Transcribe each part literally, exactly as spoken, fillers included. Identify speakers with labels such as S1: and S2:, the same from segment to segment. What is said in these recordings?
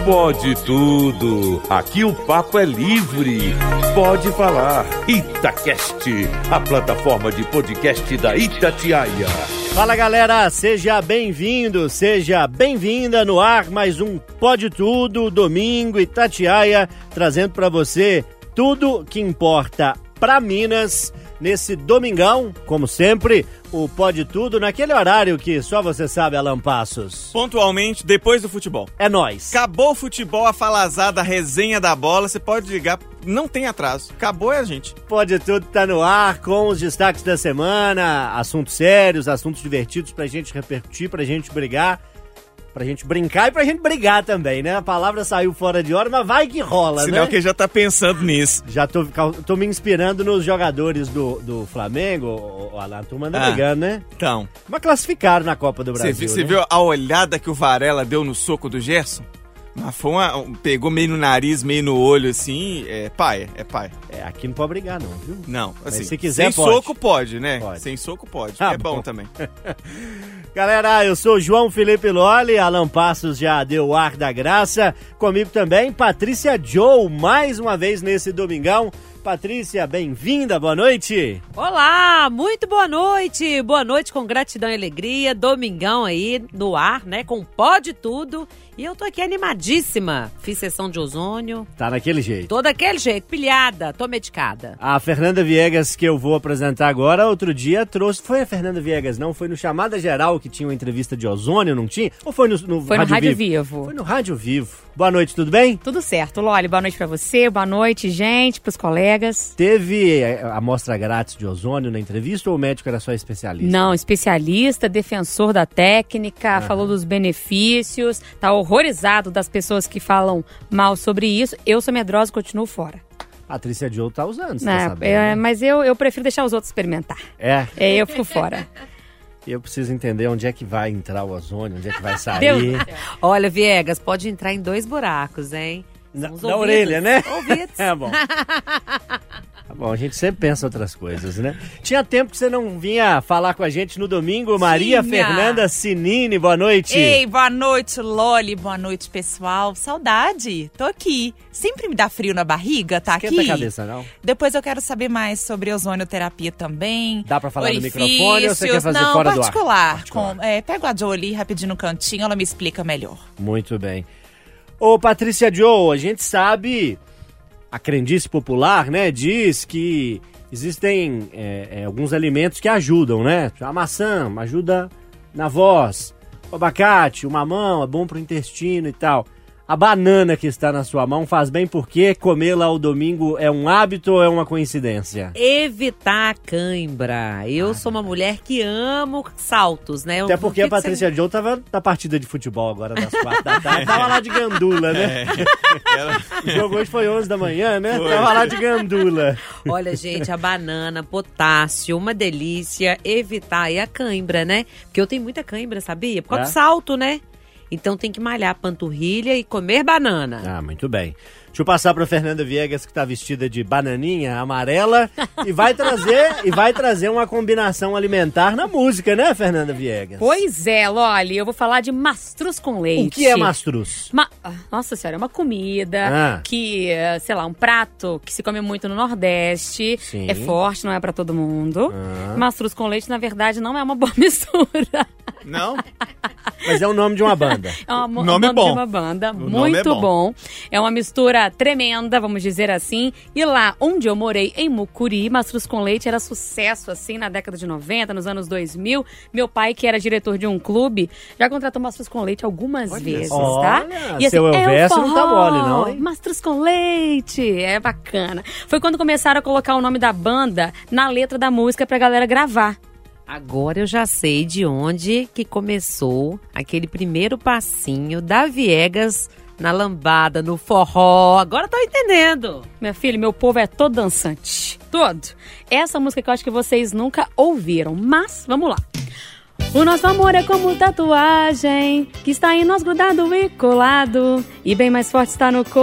S1: Pode tudo, aqui o papo é livre, pode falar. Itacast, a plataforma de podcast da Itatiaia.
S2: Fala galera, seja bem-vindo, seja bem-vinda no ar, mais um Pode Tudo, domingo Itatiaia, trazendo pra você tudo que importa pra Minas. Nesse domingão, como sempre, o Pode Tudo naquele horário que só você sabe, Alan Passos.
S3: Pontualmente, depois do futebol.
S2: É nóis.
S3: Acabou o futebol, a falazada, a resenha da bola, você pode ligar, não tem atraso. Acabou é a gente.
S2: Pode Tudo tá no ar com os destaques da semana, assuntos sérios, assuntos divertidos pra gente repercutir, pra gente brigar. Pra gente brincar e pra gente brigar também, né? A palavra saiu fora de hora, mas vai que rola,
S3: Sinal
S2: né?
S3: que já tá pensando nisso.
S2: Já tô, tô me inspirando nos jogadores do, do Flamengo, o, a turma anda
S3: Ah,
S2: brigando, né?
S3: Então.
S2: Mas classificaram na Copa do Brasil,
S3: Você
S2: né?
S3: viu a olhada que o Varela deu no soco do Gerson? Mas foi uma, pegou meio no nariz, meio no olho, assim, é paia, é paia.
S2: É, aqui não pode brigar não, viu?
S3: Não, assim,
S2: se quiser,
S3: sem
S2: pode.
S3: soco pode, né?
S2: Pode.
S3: Sem soco pode,
S2: Ah,
S3: é bom,
S2: bom.
S3: também.
S2: Galera, eu sou o João Felipe Lolli, Alan Passos já deu o ar da graça. Comigo também, Patrícia Joe, mais uma vez nesse domingão. Patrícia, bem-vinda, boa noite.
S4: Olá, muito boa noite, boa noite com gratidão e alegria, domingão aí no ar, né, com Pode Tudo, e eu tô aqui animadíssima, fiz sessão de ozônio,
S2: Tá naquele jeito.
S4: tô daquele jeito, pilhada, tô medicada.
S2: A Fernanda Viegas, que eu vou apresentar agora, outro dia trouxe... Foi a Fernanda Viegas, não? Foi no Chamada Geral que tinha uma entrevista de ozônio, não tinha? Ou foi no, no
S5: Foi no
S2: Rádio,
S5: Rádio
S2: Vivo?
S5: Vivo.
S2: Foi no Rádio Vivo. Boa noite, tudo bem?
S5: Tudo certo, Loli. Boa noite pra você, boa noite, gente, pros colegas.
S2: Teve a amostra grátis de ozônio na entrevista ou o médico era só especialista?
S5: Não, especialista, defensor da técnica,
S2: Aham.
S5: falou dos benefícios, tá horrorizado das pessoas que falam mal sobre isso. Eu sou medrosa e continuo fora.
S2: Patrícia Joe tá usando, você
S5: Né?
S2: tá sabendo,
S5: É,
S2: né?
S5: mas eu, eu prefiro deixar os outros experimentar.
S2: É,
S5: É, eu fico fora.
S2: eu preciso entender onde é que vai entrar o ozônio, onde é que vai sair.
S5: Deus.
S4: Olha, Viegas, pode entrar em dois buracos, hein?
S2: Na,
S4: São os
S2: na
S4: ouvidos.
S2: orelha, né?
S4: Ouvidos.
S2: É bom. Tá bom, a gente sempre pensa outras coisas, né? Tinha tempo que você não vinha falar com a gente no domingo. Maria
S6: Tinha.
S2: Fernanda Sinini, boa noite.
S6: Ei, boa noite, Loli. Boa noite, pessoal. Saudade. Tô aqui. Sempre me dá frio na barriga, tá
S2: Esquenta
S6: aqui?
S2: a cabeça, não?
S6: Depois eu quero saber mais sobre ozonioterapia também.
S2: Dá pra falar no
S6: Orifícios.
S2: microfone ou você quer fazer
S6: não,
S2: fora do ar?
S6: particular.
S2: Particular.
S6: Com, é, pego a Jo ali rapidinho no cantinho, ela me explica melhor.
S2: Muito bem. Ô, Patrícia Joe, a gente sabe, a crendice popular, né, diz que existem é, é, alguns alimentos que ajudam, né? A maçã ajuda na voz, o abacate, o mamão é bom pro intestino e tal. A banana que está na sua mão faz bem porque comê-la ao domingo é um hábito ou é uma coincidência?
S4: Evitar a cãibra. Eu sou uma mulher que amo saltos, né?
S2: Até
S4: Eu-
S2: porque
S4: o
S2: a
S4: que que
S2: Patrícia Joe tava na partida de futebol agora das quatro da tarde. Tava lá de gandula, né?
S3: É. Ela-
S2: O jogo hoje foi onze da manhã, né?
S3: Foi.
S2: Tava lá de gandula.
S4: você- Olha, gente, a banana, potássio, uma delícia. Evitar aí a cãibra, né? Porque eu tenho muita cãibra, sabia? Por causa
S2: É?
S4: do salto, né? Então tem que malhar a panturrilha e comer banana.
S2: Ah, muito bem. Deixa eu passar pra Fernanda Viegas, que tá vestida de bananinha amarela e vai trazer e vai trazer uma combinação alimentar na música, né, Fernanda Viegas?
S5: Pois é, Loli, eu vou falar de mastruz com leite.
S2: O que é mastruz?
S5: Ma- ah, Nossa senhora, é uma comida
S2: Ah.
S5: que, eh, sei lá, um prato que se come muito no Nordeste.
S2: Sim.
S5: É forte, não é pra todo mundo.
S2: Ah.
S5: Mastruz com leite, na verdade, não é uma boa mistura.
S3: Não?
S2: Mas é o nome de uma banda.
S5: É uma mo-
S3: Nome
S5: banda
S3: bom.
S5: de uma banda,
S3: nome
S5: muito
S3: é bom.
S5: bom. É uma mistura tremenda, vamos dizer assim. E lá onde eu morei, em Mucuri, mastruz com leite era sucesso, assim, na década de noventa, nos anos dois mil. Meu pai, que era diretor de um clube, já contratou mastruz com leite algumas
S3: Olha
S5: vezes,
S3: só.
S5: tá?
S2: Olha, seu Elvésio não tá mole, não, hein?
S5: Mastruz com leite, é bacana. Foi quando começaram a colocar o nome da banda na letra da música pra galera gravar.
S4: Agora eu já sei de onde que começou aquele primeiro passinho da Viegas na lambada, no forró. Agora eu tô entendendo.
S5: Minha filha, meu povo é todo dançante. Todo. Essa música que eu acho que vocês nunca ouviram, mas vamos lá. O nosso amor é como tatuagem que está em nós grudado e colado, e bem mais forte está no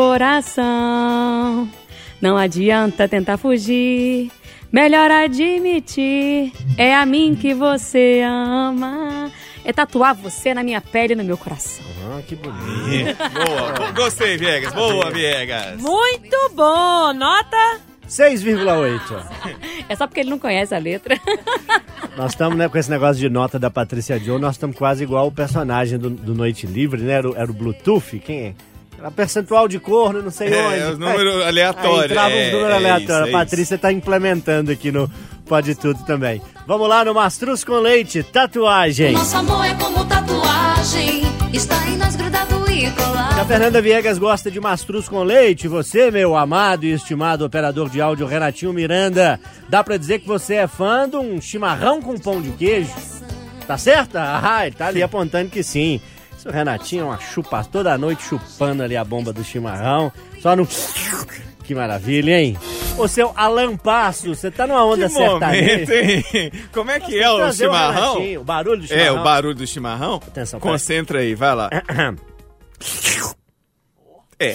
S5: coração. Não adianta tentar fugir, melhor admitir, é a mim que você ama. é tatuar você na minha pele e no meu coração.
S2: Ah, que bonito.
S3: Boa, gostei, Viegas. Boa, Viegas.
S4: Muito bom. Nota?
S2: seis vírgula oito.
S5: É só porque ele não conhece a letra.
S2: Nós estamos, né, com esse negócio de nota da Patrícia Joe, nós estamos quase igual o personagem do, do Noite Livre, né? Era o, era o Bluetooth, quem é? Era percentual de corno, não sei
S3: É,
S2: onde.
S3: os números aleatórios.
S2: Aí entrava
S3: é,
S2: uns números
S3: é
S2: aleatórios.
S3: isso, é
S2: A Patrícia está implementando aqui no Pode Tudo também. Vamos lá no Mastruz com Leite, tatuagem.
S7: Nosso amor é como tatuagem, está em nós grudado e colado.
S2: A Fernanda Viegas gosta de mastruz com leite. Você, meu amado e estimado operador de áudio Renatinho Miranda, dá pra dizer que você é fã de um chimarrão com pão de queijo? Tá certo? Ah, ele tá ali apontando que sim. Esse Renatinho é uma chupa toda noite chupando ali a bomba do chimarrão. Só no... Que maravilha, hein? Ô, seu Alan Passo, você tá numa onda
S3: Que momento,
S2: sertaneja.
S3: hein? Como é que é o
S2: Trazer
S3: chimarrão?
S2: Renatinho, o barulho do chimarrão.
S3: É, o barulho do chimarrão.
S2: Atenção, peraí.
S3: Concentra aí, vai lá. É.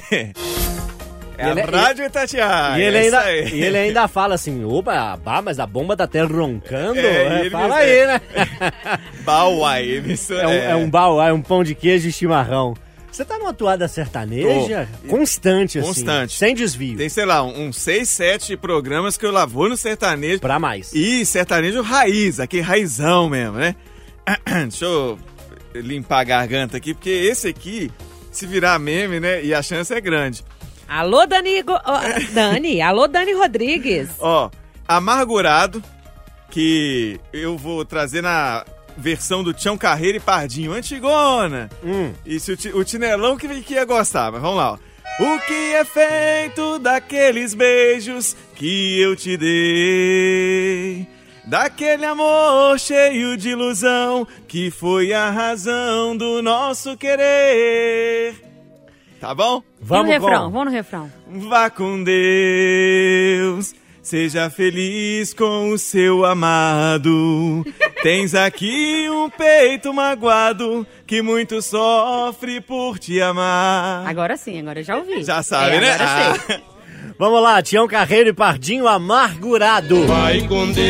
S3: É
S2: ele-
S3: a Rádio Itatiaia.
S2: E ele,
S3: é
S2: ainda,
S3: isso aí.
S2: e ele ainda fala assim, opa, bah, mas a bomba tá até roncando.
S3: É,
S2: É,
S3: ele
S2: fala
S3: me-
S2: aí, né?
S3: Bauai, emissora.
S2: É um, é um baú, é um pão de queijo e chimarrão. Você tá numa toada sertaneja
S3: Tô.
S2: constante, assim.
S3: Constante.
S2: Sem desvio.
S3: Tem, sei lá, uns seis, sete programas que eu lá vou no sertanejo.
S2: Pra mais.
S3: E sertanejo raiz, aquele raizão mesmo, né? Deixa eu limpar a garganta aqui, porque esse aqui, se virar meme, né? E a chance é grande.
S4: Alô, Dani... Go... oh, Dani. Alô, Dani Rodrigues.
S3: Ó, Amargurado, que eu vou trazer na versão do Tião Carreiro e Pardinho, antigona.
S2: Hum.
S3: E se o, ti- o Tinelão que, que ia gostar, mas vamos lá, ó. O que é feito daqueles beijos que eu te dei? Daquele amor cheio de ilusão que foi a razão do nosso querer. Tá bom?
S2: Vamos
S5: e no refrão,
S2: com...
S5: vamos no refrão.
S3: Vá com Deus, seja feliz com o seu amado. Tens aqui um peito magoado que muito sofre por te amar.
S5: Agora sim, agora eu já ouvi.
S3: Já sabe,
S5: É,
S3: né?
S5: agora
S3: Ah.
S5: sei.
S2: Vamos lá, Tião Carreiro e Pardinho, Amargurado.
S8: Vai com Deus,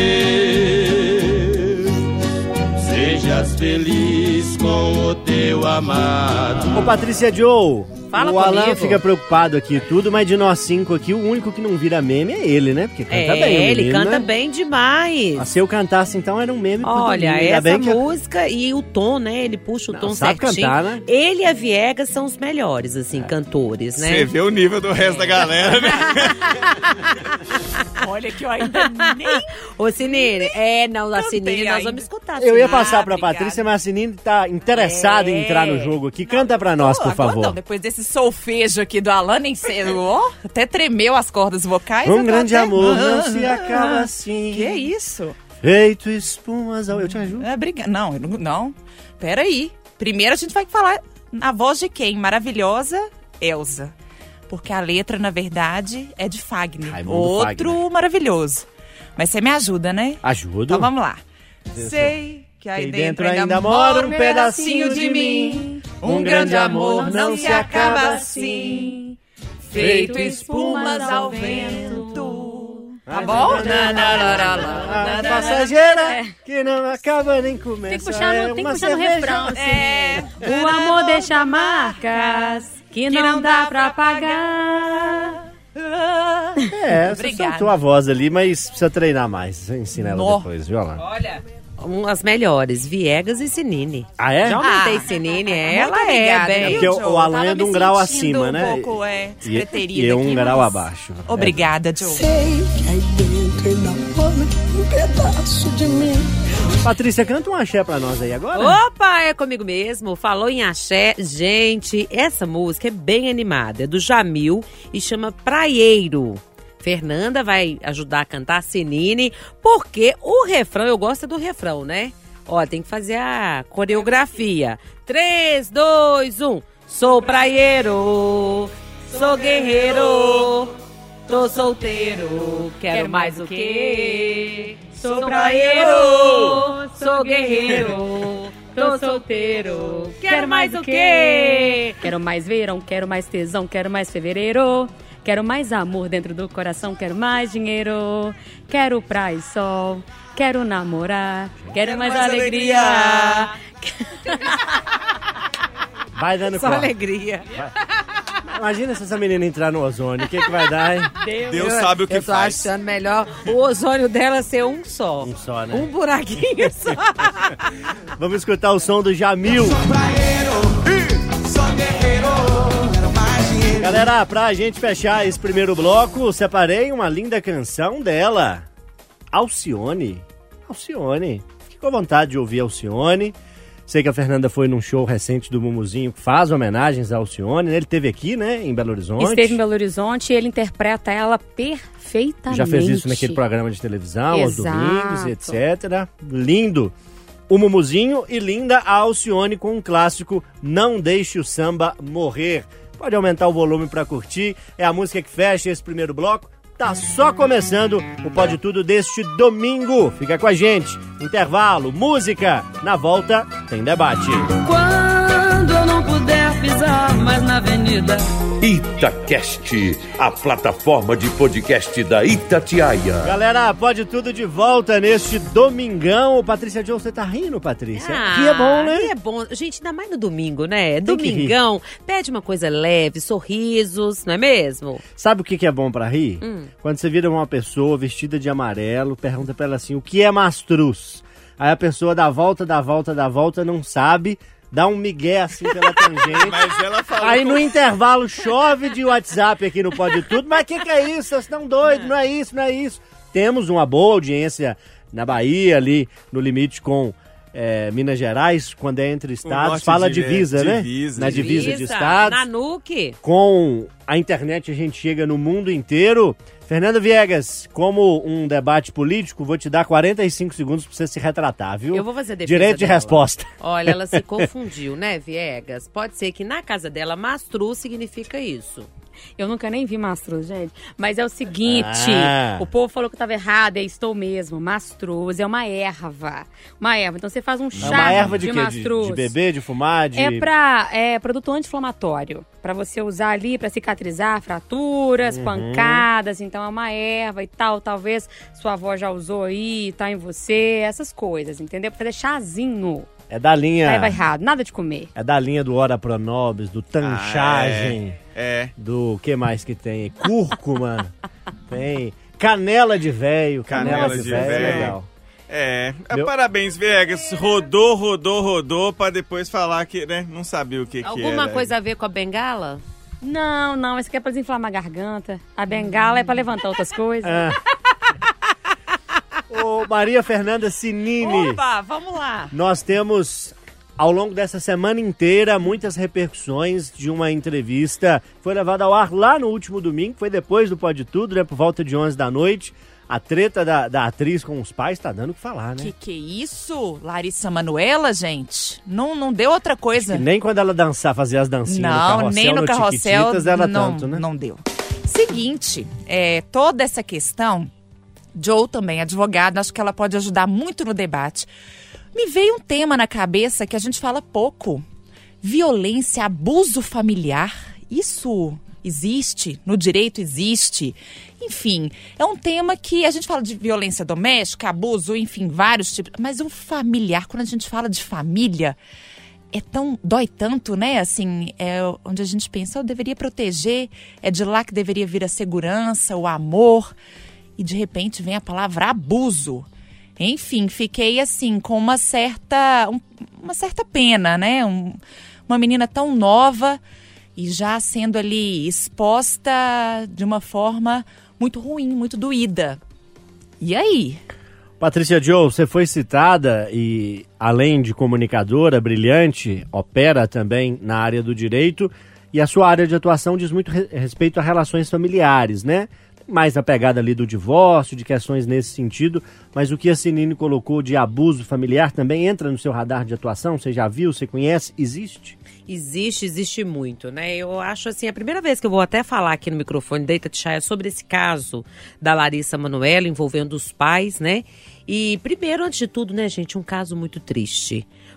S8: sejas feliz com o teu amado.
S2: Ô, Patrícia Joe,
S4: Fala
S2: o Alan
S4: comigo.
S2: fica preocupado aqui e tudo, mas de nós cinco aqui, o único que não vira meme é ele, né? Porque canta
S4: É,
S2: bem, o
S4: ele
S2: menino,
S4: canta
S2: né?
S4: bem demais.
S2: Ah, se eu cantasse, então, era um meme por
S4: Olha,
S2: domingo. Ainda
S4: essa
S2: bem que eu-
S4: música e o tom, né? Ele puxa o
S2: Não,
S4: tom
S2: sabe
S4: certinho.
S2: cantar, né?
S4: Ele e a Viegas são os melhores, assim, cantores, né?
S3: Você vê o nível do resto da galera, né?
S6: Olha que eu ainda nem...
S4: Ô, Sinine, é, não, a
S6: Cantei
S4: Sinine nós
S6: ainda.
S4: vamos escutar.
S2: Eu ia
S4: Sinine.
S2: passar pra
S6: obrigada.
S2: Patrícia, mas a Sinine tá interessada em
S4: É.
S2: entrar no jogo aqui. Canta pra nós,
S6: Pô,
S2: por
S6: agora
S2: favor.
S6: não, depois desse solfejo aqui do Alan, nem sei, ó, até tremeu as cordas vocais. eu
S2: Um
S6: tô
S2: grande
S6: até-
S2: amor não
S6: Ah,
S2: se
S6: ah,
S2: acaba
S6: ah.
S2: assim.
S6: Que isso?
S2: Feito espumas ao... Eu te ajudo.
S6: É, briga... Não, eu não, não. Peraí. Primeiro a gente vai falar na voz de quem? Maravilhosa Elza. Porque a letra, na verdade, é de Fagner.
S2: Raimundo
S6: Outro
S2: Fagner.
S6: maravilhoso. Mas você me ajuda, né?
S2: Ajudo.
S6: Então vamos lá. Sei que aí
S2: Aí
S6: dentro ainda mora um pedacinho de mim. Um grande amor não se acaba assim, feito espumas ao vento. Tá bom?
S2: A passageira que não acaba nem começa.
S5: Tem que puxar no,
S2: é
S5: tem que
S2: uma
S5: puxar no
S2: cerveja.
S5: refrão, assim.
S6: É.
S5: O amor deixa marcas que não dá pra apagar.
S2: É, você
S6: Obrigada.
S2: soltou a voz ali, mas precisa treinar mais. Ensina ela
S6: Nó.
S2: depois, viu, Alan?
S6: Olha,
S4: Um, as melhores, Viegas e Sinine.
S2: Ah, é?
S4: Já aumentei
S6: Ah,
S4: Sinine,
S6: muito
S4: ela é
S6: obrigada,
S4: bem...
S2: Porque o-
S6: Joe?
S2: o Alan
S6: Tava
S2: é de um
S6: me
S2: grau
S6: sentindo
S2: acima, né?
S6: Um pouco, é,
S2: E,
S6: despreterida
S2: e é um
S6: aqui,
S2: grau
S6: mas-
S2: abaixo.
S6: Obrigada, Joe.
S2: Patrícia, canta um axé pra nós aí agora.
S4: Opa, é comigo mesmo. Falou em axé. Gente, essa música é bem animada. É do Jamil e chama Praieiro. Fernanda vai ajudar a cantar, Sinine, porque o refrão, eu gosto do refrão, né? Ó, tem que fazer a coreografia. três, dois, um. Sou praieiro, sou guerreiro, tô solteiro, quero mais o quê? Sou praieiro, sou guerreiro,
S5: tô solteiro. Quero mais o quê? Quero mais verão, quero mais tesão, quero mais fevereiro. Quero mais amor dentro do coração, quero mais dinheiro. Quero praia e sol, quero namorar, quero, quero mais, mais alegria. alegria.
S2: Vai dando
S4: Só
S2: corte.
S4: alegria.
S2: Vai. Imagina se essa menina entrar no ozônio, o que, que vai dar, hein?
S3: Deus, Deus sabe o que
S4: eu tô
S3: faz.
S4: achando melhor o ozônio dela ser um só.
S2: Um só, né?
S4: Um buraquinho só.
S2: Vamos escutar o som do Jamil. Galera, pra gente fechar esse primeiro bloco, separei uma linda canção dela, Alcione. Alcione. Fiquei com vontade de ouvir Alcione. Sei que a Fernanda foi num show recente do Mumuzinho que faz homenagens a Alcione. Ele esteve aqui, né, em Belo Horizonte.
S5: Esteve em Belo Horizonte e ele interpreta ela perfeitamente.
S2: Já fez isso naquele programa de televisão,
S5: Exato.
S2: aos domingos, etcétera. Lindo. O Mumuzinho e linda a Alcione com um clássico, Não Deixe o Samba Morrer. Pode aumentar o volume pra curtir. É a música que fecha esse primeiro bloco. Tá só começando o Pode Tudo deste domingo. Fica com a gente. Intervalo, música. Na volta, tem debate.
S6: Quando eu não puder pisar mais na avenida.
S1: Itacast, a plataforma de podcast da Itatiaia.
S2: Galera, Pode Tudo de volta neste domingão. Patrícia Jones, você tá rindo, Patrícia?
S4: Ah,
S2: que é bom, né?
S4: que é bom. Gente, ainda mais no domingo, né?
S2: Tem que
S4: Domingão, pede uma coisa leve, sorrisos, não é mesmo?
S2: Sabe o que que é bom pra rir?
S4: Hum.
S2: Quando você vira uma pessoa vestida de amarelo, pergunta pra ela assim, o que é mastruz? Aí a pessoa dá a volta, dá a volta, dá a volta, não sabe, dá um migué assim pela tangente.
S3: Mas ela falou.
S2: Aí
S3: com-
S2: no intervalo chove de WhatsApp aqui no Pode Tudo. Mas o que, que é isso? Vocês estão doidos? Não é isso, não é isso. Temos uma boa audiência na Bahia, ali no limite com é, Minas Gerais, quando é entre estados.
S3: norte
S2: Fala
S3: de-
S2: divisa, né?
S3: divisa.
S2: Na divisa, de estados.
S4: Na Nuke.
S2: Com a internet a gente chega no mundo inteiro. Fernanda Viegas, como um debate político, vou te dar quarenta e cinco segundos pra você se retratar, viu?
S4: Eu vou fazer defesa
S2: Direito de
S4: dela.
S2: resposta.
S4: Olha, ela se confundiu, né, Viegas? Pode ser que na casa dela, mastruz significa isso.
S5: Eu nunca nem vi mastruz, gente. Mas é o seguinte,
S2: Ah.
S5: o povo falou que eu tava errado, e estou mesmo. Mastruz é uma erva. Uma erva. Então você faz um chá
S2: É uma erva de,
S5: de
S2: quê? De,
S5: mastruz.
S2: de beber, de fumar, de...
S5: É pra é produto anti-inflamatório. Pra você usar ali pra cicatrizar fraturas,
S2: Uhum.
S5: pancadas. Então é uma erva e tal. Talvez sua avó já usou aí, tá em você. Essas coisas, entendeu? Pra fazer chazinho.
S2: É da linha...
S5: Aí vai errado. Nada de comer.
S2: É da linha do Ora Pronobis, do Tanchagem,
S3: É.
S2: do que mais que tem? Cúrcuma, tem canela de véio, canela,
S3: Canela
S2: de,
S3: de
S2: véio, é
S3: véio.
S2: legal.
S3: É.
S2: Meu-
S3: Parabéns, Viegas. Rodou, rodou, rodou pra depois falar que, né? Não sabia o que que
S4: Alguma
S3: era.
S4: coisa a ver com a bengala?
S5: Não, não. Esse aqui é pra desinflamar a garganta. A bengala é pra levantar outras coisas.
S2: Ah. Ô, Maria Fernanda Sinini,
S4: Opa, vamos lá.
S2: nós temos, ao longo dessa semana inteira, muitas repercussões de uma entrevista que foi levada ao ar lá no último domingo, foi depois do Pode Tudo, né, por volta de onze da noite. A treta da, da atriz com os pais tá dando o que falar, né?
S9: Que que é isso? Larissa Manoela, gente? Não, não deu outra coisa.
S2: E nem quando ela dançar, fazer as dancinhas no
S9: Não,
S2: carrossel,
S9: nem no carrossel,
S2: Chiquititas, era
S9: não,
S2: tanto, né?
S9: não deu. Seguinte, é, toda essa questão, Joe também, advogada, acho que ela pode ajudar muito no debate. Me veio um tema na cabeça que a gente fala pouco. Violência, abuso familiar, isso existe, no direito existe. Enfim, é um tema que a gente fala de violência doméstica, abuso, enfim, vários tipos. Mas o familiar, quando a gente fala de família, é tão, dói tanto, né? Assim, é onde a gente pensa, eu deveria proteger, é de lá que deveria vir a segurança, o amor. E de repente vem a palavra abuso. Enfim, fiquei assim, com uma certa, um, uma certa pena, né? Um, uma menina tão nova e já sendo ali exposta de uma forma muito ruim, muito doída. E aí?
S2: Patrícia Joe, você foi citada e, além de comunicadora brilhante, opera também na área do direito e a sua área de atuação diz muito re- respeito a relações familiares, né? Mais a pegada ali do divórcio, de questões nesse sentido, mas o que a Sinini colocou de abuso familiar também entra no seu radar de atuação? Você já viu, você conhece? Existe?
S4: Existe, existe muito, né? Eu acho assim, a primeira vez que eu vou até falar aqui no microfone da Itatiaia sobre esse caso da Larissa Manoela envolvendo os pais, né? E primeiro, antes de tudo, né, gente, um caso muito triste.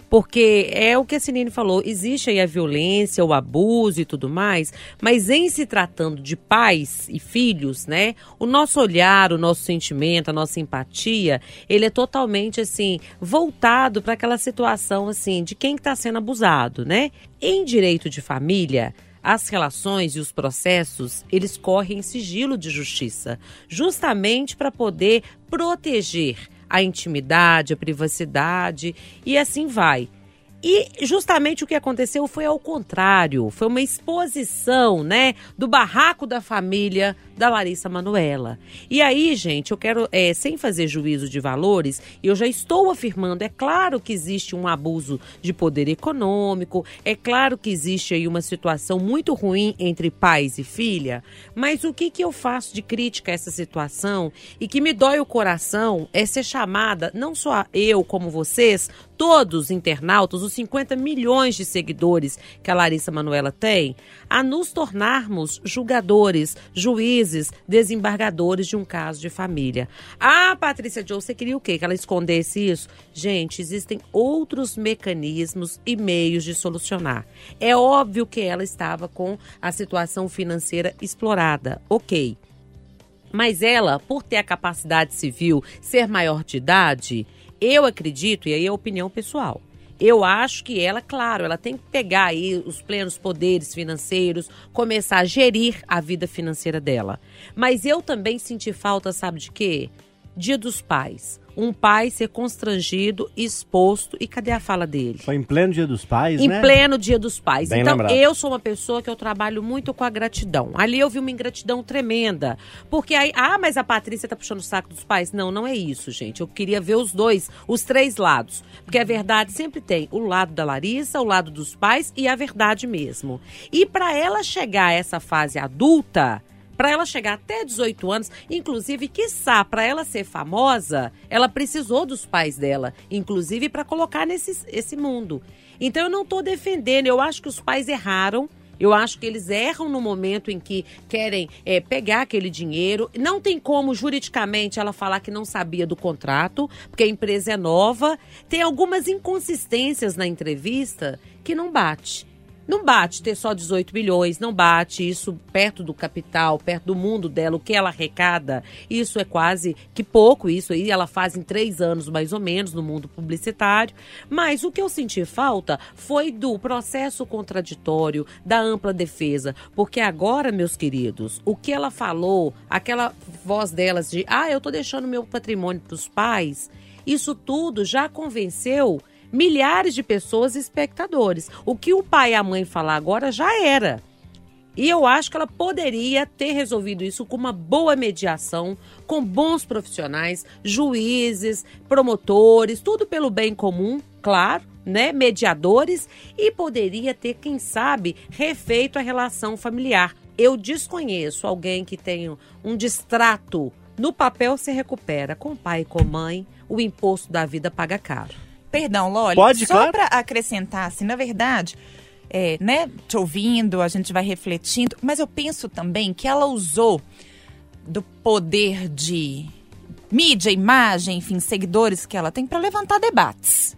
S4: Porque é o que a Sinine falou, existe aí a violência, o abuso e tudo mais, mas em se tratando de pais e filhos, né, o nosso olhar, o nosso sentimento, a nossa empatia, ele é totalmente, assim, voltado para aquela situação, assim, de quem está sendo abusado, né? Em direito de família, as relações e os processos, eles correm em sigilo de justiça, justamente para poder proteger a intimidade, a privacidade e assim vai. E justamente o que aconteceu foi ao contrário, foi uma exposição, né, do barraco da família da Larissa Manoela. E aí, gente, eu quero, é, sem fazer juízo de valores, eu já estou afirmando, é claro que existe um abuso de poder econômico, é claro que existe aí uma situação muito ruim entre pais e filha, mas o que, que eu faço de crítica a essa situação e que me dói o coração é ser chamada, não só eu como vocês, todos os internautas, os cinquenta milhões de seguidores que a Larissa Manoela tem, a nos tornarmos julgadores, juízes, desembargadores de um caso de família. Ah, Patrícia Joe, você queria o quê? Que ela escondesse isso? Gente, existem outros mecanismos e meios de solucionar. É óbvio que ela estava com a situação financeira explorada, ok. Mas ela, por ter a capacidade civil, ser maior de idade, eu acredito, e aí é opinião pessoal, eu acho que ela, claro, ela tem que pegar aí os plenos poderes financeiros, começar a gerir a vida financeira dela. Mas eu também senti falta, sabe de quê? Dia dos Pais. Um pai ser constrangido, exposto, e cadê a fala dele?
S2: Foi em pleno Dia dos Pais,
S4: em
S2: né?
S4: Em pleno Dia dos Pais.
S2: Bem
S4: então,
S2: lembrado.
S4: Eu sou uma pessoa que eu trabalho muito com a gratidão. Ali eu vi uma ingratidão tremenda. Porque aí, ah, mas a Patrícia tá puxando o saco dos pais. Não, não é isso, gente. Eu queria ver os dois, os três lados. Porque a verdade sempre tem o lado da Larissa, o lado dos pais e a verdade mesmo. E para ela chegar a essa fase adulta, para ela chegar até dezoito anos, inclusive, quiçá, para ela ser famosa, ela precisou dos pais dela, inclusive para colocar nesse esse mundo. Então eu não estou defendendo, eu acho que os pais erraram, eu acho que eles erram no momento em que querem é, pegar aquele dinheiro. Não tem como, juridicamente, ela falar que não sabia do contrato, porque a empresa é nova. Tem algumas inconsistências na entrevista que não bate. Não bate ter só dezoito milhões, não bate isso perto do capital, perto do mundo dela, o que ela arrecada. Isso é quase que pouco, isso aí ela faz em três anos mais ou menos no mundo publicitário. Mas o que eu senti falta foi do processo contraditório, da ampla defesa. Porque agora, meus queridos, o que ela falou, aquela voz delas de ah, eu tô deixando meu patrimônio pros pais, isso tudo já convenceu milhares de pessoas e espectadores. O que o pai e a mãe falar agora já era. E eu acho que ela poderia ter resolvido isso com uma boa mediação, com bons profissionais, juízes, promotores, tudo pelo bem comum, claro, né? Mediadores, e poderia ter, quem sabe, refeito a relação familiar. Eu desconheço alguém que tenha um distrato. No papel se recupera, com pai e com mãe, o imposto da vida paga caro.
S9: Perdão, Loli,
S2: Pode,
S9: só
S2: claro.
S9: para acrescentar, assim, na verdade, é, né, te ouvindo, a gente vai refletindo, mas eu penso também que ela usou do poder de mídia, imagem, enfim, seguidores que ela tem para levantar debates.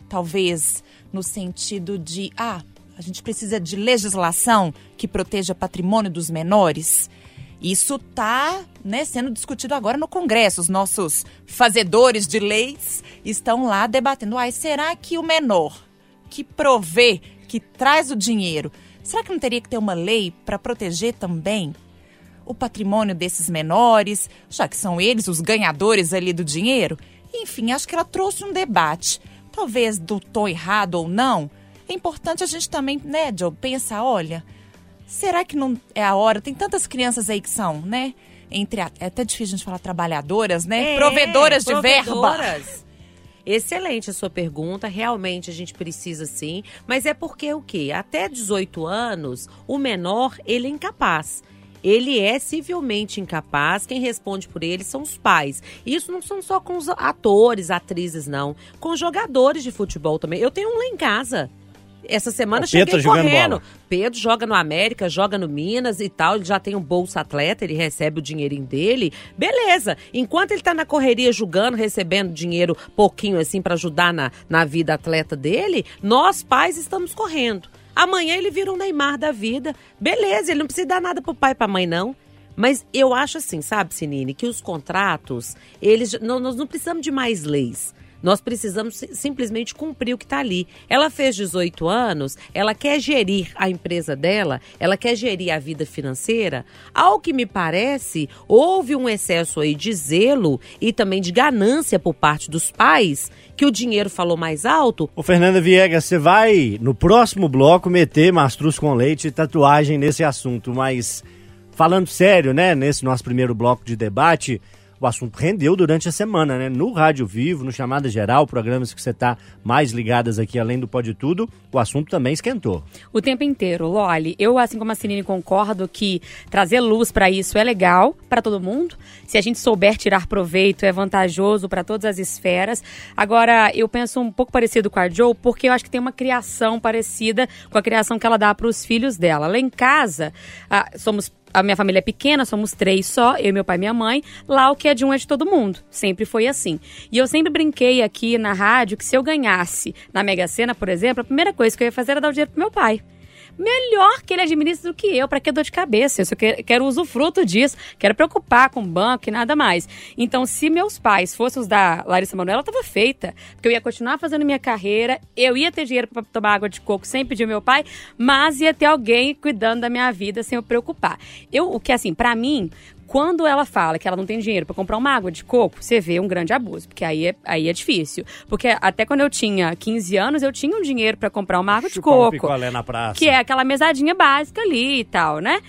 S9: Talvez no sentido de, ah, a gente precisa de legislação que proteja patrimônio dos menores. Isso está, né, sendo discutido agora no Congresso. Os nossos fazedores de leis estão lá debatendo. Ai, será que o menor que provê, que traz o dinheiro, será que não teria que ter uma lei para proteger também o patrimônio desses menores, já que são eles os ganhadores ali do dinheiro? Enfim, acho que ela trouxe um debate. Talvez do tom errado ou não. É importante a gente também, né, Joe, pensar, olha, será que não é a hora? Tem tantas crianças aí que são, né? Entre a, é até difícil a gente falar trabalhadoras, né?
S4: É,
S9: provedoras de
S4: provedoras.
S9: verba.
S4: Excelente a sua pergunta, realmente a gente precisa sim, mas é porque o quê? Até dezoito anos, o menor, ele é incapaz. Ele é civilmente incapaz, quem responde por ele são os pais. Isso não são só com os atores, atrizes, não. Com jogadores de futebol também. Eu tenho um lá em casa. Essa semana
S2: o Pedro
S4: cheguei
S2: tá
S4: correndo.
S2: bola.
S4: Pedro joga no América, joga no Minas e tal. Ele já tem um bolsa atleta, ele recebe o dinheirinho dele. Beleza. Enquanto ele tá na correria jogando, recebendo dinheiro pouquinho assim pra ajudar na, na vida atleta dele, nós pais estamos correndo. Amanhã ele vira um Neymar da vida. Beleza, ele não precisa dar nada pro pai e pra mãe, não. Mas eu acho assim, sabe, Sinine, que os contratos, eles, não, nós não precisamos de mais leis. Nós precisamos simplesmente cumprir o que está ali. Ela fez dezoito anos, ela quer gerir a empresa dela, ela quer gerir a vida financeira. Ao que me parece, houve um excesso aí de zelo e também de ganância por parte dos pais, que o dinheiro falou mais alto.
S2: Ô Fernanda Viegas, você vai no próximo bloco meter mastruz com leite e tatuagem nesse assunto, mas falando sério, né, nesse nosso primeiro bloco de debate, o assunto rendeu durante a semana, né? No Rádio Vivo, no Chamada Geral, programas que você está mais ligadas aqui, além do Pode Tudo, o assunto também esquentou.
S5: O tempo inteiro, Loli. Eu, assim como a Sinine, concordo que trazer luz para isso é legal para todo mundo. Se a gente souber tirar proveito, é vantajoso para todas as esferas. Agora, eu penso um pouco parecido com a Jo, porque eu acho que tem uma criação parecida com a criação que ela dá para os filhos dela. Lá em casa, ah, somos... A minha família é pequena, somos três só, eu, meu pai e minha mãe. Lá o que é de um é de todo mundo. Sempre foi assim. E eu sempre brinquei aqui na rádio que se eu ganhasse na Mega Sena, por exemplo, a primeira coisa que eu ia fazer era dar o dinheiro pro meu pai. Melhor que ele administre do que eu, para que dor de cabeça? Eu só quero, quero usufruto disso, quero preocupar com o banco e nada mais. Então, se meus pais fossem os da Larissa Manoela, estava feita, porque eu ia continuar fazendo minha carreira, eu ia ter dinheiro para tomar água de coco sem pedir ao meu pai, mas ia ter alguém cuidando da minha vida sem eu preocupar. Eu, o que assim, para mim, quando ela fala que ela não tem dinheiro para comprar uma água de coco, você vê um grande abuso, porque aí é, aí é difícil. Porque até quando eu tinha quinze anos, eu tinha um dinheiro para comprar uma água de
S2: Chupar
S5: coco.
S2: Um picolé na praça.
S5: Que é aquela mesadinha básica ali e tal, né?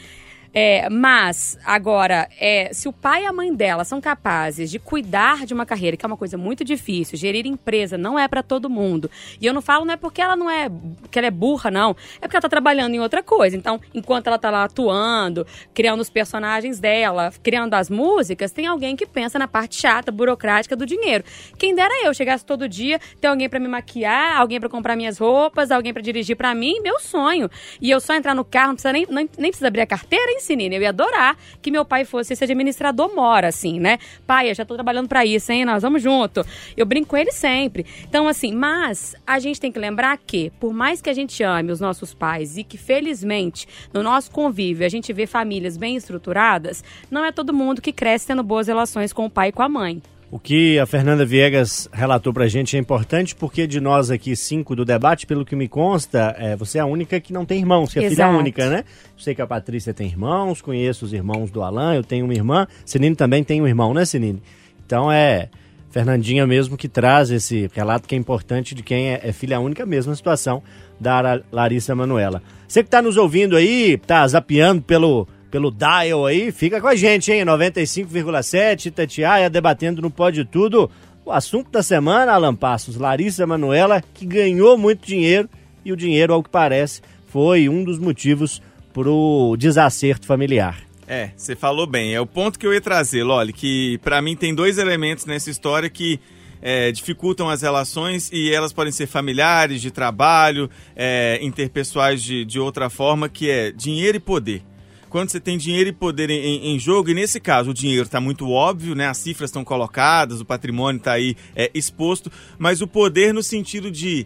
S5: É, mas, agora, é, se o pai e a mãe dela são capazes de cuidar de uma carreira, que é uma coisa muito difícil, gerir empresa não é pra todo mundo. E eu não falo não é porque ela não é, que ela é burra, não. É porque ela tá trabalhando em outra coisa. Então, enquanto ela tá lá atuando, criando os personagens dela, criando as músicas, tem alguém que pensa na parte chata, burocrática do dinheiro. Quem dera eu chegasse todo dia, ter alguém pra me maquiar, alguém pra comprar minhas roupas, alguém pra dirigir pra mim, meu sonho. E eu só entrar no carro, não precisa nem, nem, nem precisa abrir a carteira, hein, Sinine? Eu ia adorar que meu pai fosse esse administrador mora, assim, né? Pai, eu já tô trabalhando pra isso, hein? Nós vamos junto. Eu brinco com ele sempre. Então, assim, mas a gente tem que lembrar que, por mais que a gente ame os nossos pais e que, felizmente, no nosso convívio a gente vê famílias bem estruturadas, não é todo mundo que cresce tendo boas relações com o pai e com a mãe.
S2: O que a Fernanda Viegas relatou pra gente é importante porque de nós aqui, cinco do debate, pelo que me consta, é, você é a única que não tem irmãos, que é filha única, né? Eu sei que a Patrícia tem irmãos, conheço os irmãos do Alan, eu tenho uma irmã, Sinine também tem um irmão, né, Sinine? Então é Fernandinha mesmo que traz esse relato que é importante de quem é, é filha única, mesma situação da Larissa Manoela. Você que tá nos ouvindo aí, tá zapeando pelo... pelo dial aí, fica com a gente, hein? noventa e cinco vírgula sete, Itatiaia, debatendo no Pode Tudo. O assunto da semana, Alan Passos, Larissa Manoela, que ganhou muito dinheiro e o dinheiro, ao que parece, foi um dos motivos pro desacerto familiar.
S3: É, você falou bem. É o ponto que eu ia trazer, Loli, que pra mim tem dois elementos nessa história que é, dificultam as relações e elas podem ser familiares, de trabalho, é, interpessoais de, de outra forma, que é dinheiro e poder. Quando você tem dinheiro e poder em, em jogo, e nesse caso o dinheiro está muito óbvio, né? As cifras estão colocadas, o patrimônio está aí é, exposto, mas o poder no sentido de...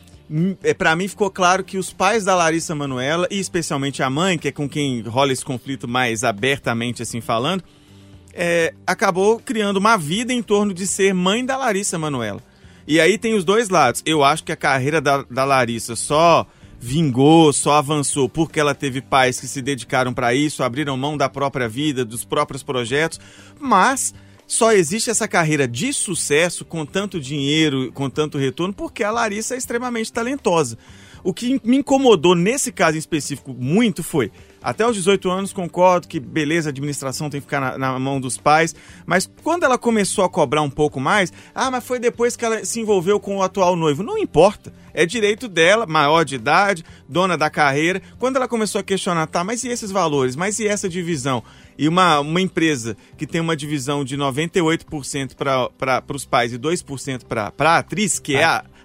S3: É, para mim ficou claro que os pais da Larissa Manoela, e especialmente a mãe, que é com quem rola esse conflito mais abertamente assim falando, é, acabou criando uma vida em torno de ser mãe da Larissa Manoela. E aí tem os dois lados. Eu acho que a carreira da, da Larissa só... vingou, só avançou porque ela teve pais que se dedicaram para isso, abriram mão da própria vida, dos próprios projetos, mas só existe essa carreira de sucesso com tanto dinheiro, com tanto retorno, porque a Larissa é extremamente talentosa. O que me incomodou nesse caso em específico muito foi, até os dezoito anos concordo que beleza, a administração tem que ficar na, na mão dos pais, mas quando ela começou a cobrar um pouco mais, ah, mas foi depois que ela se envolveu com o atual noivo. Não importa, é direito dela, maior de idade, dona da carreira. Quando ela começou a questionar, tá, mas e esses valores, mas e essa divisão? E uma, uma empresa que tem uma divisão de noventa e oito por cento para os pais e dois por cento para a atriz, que é a,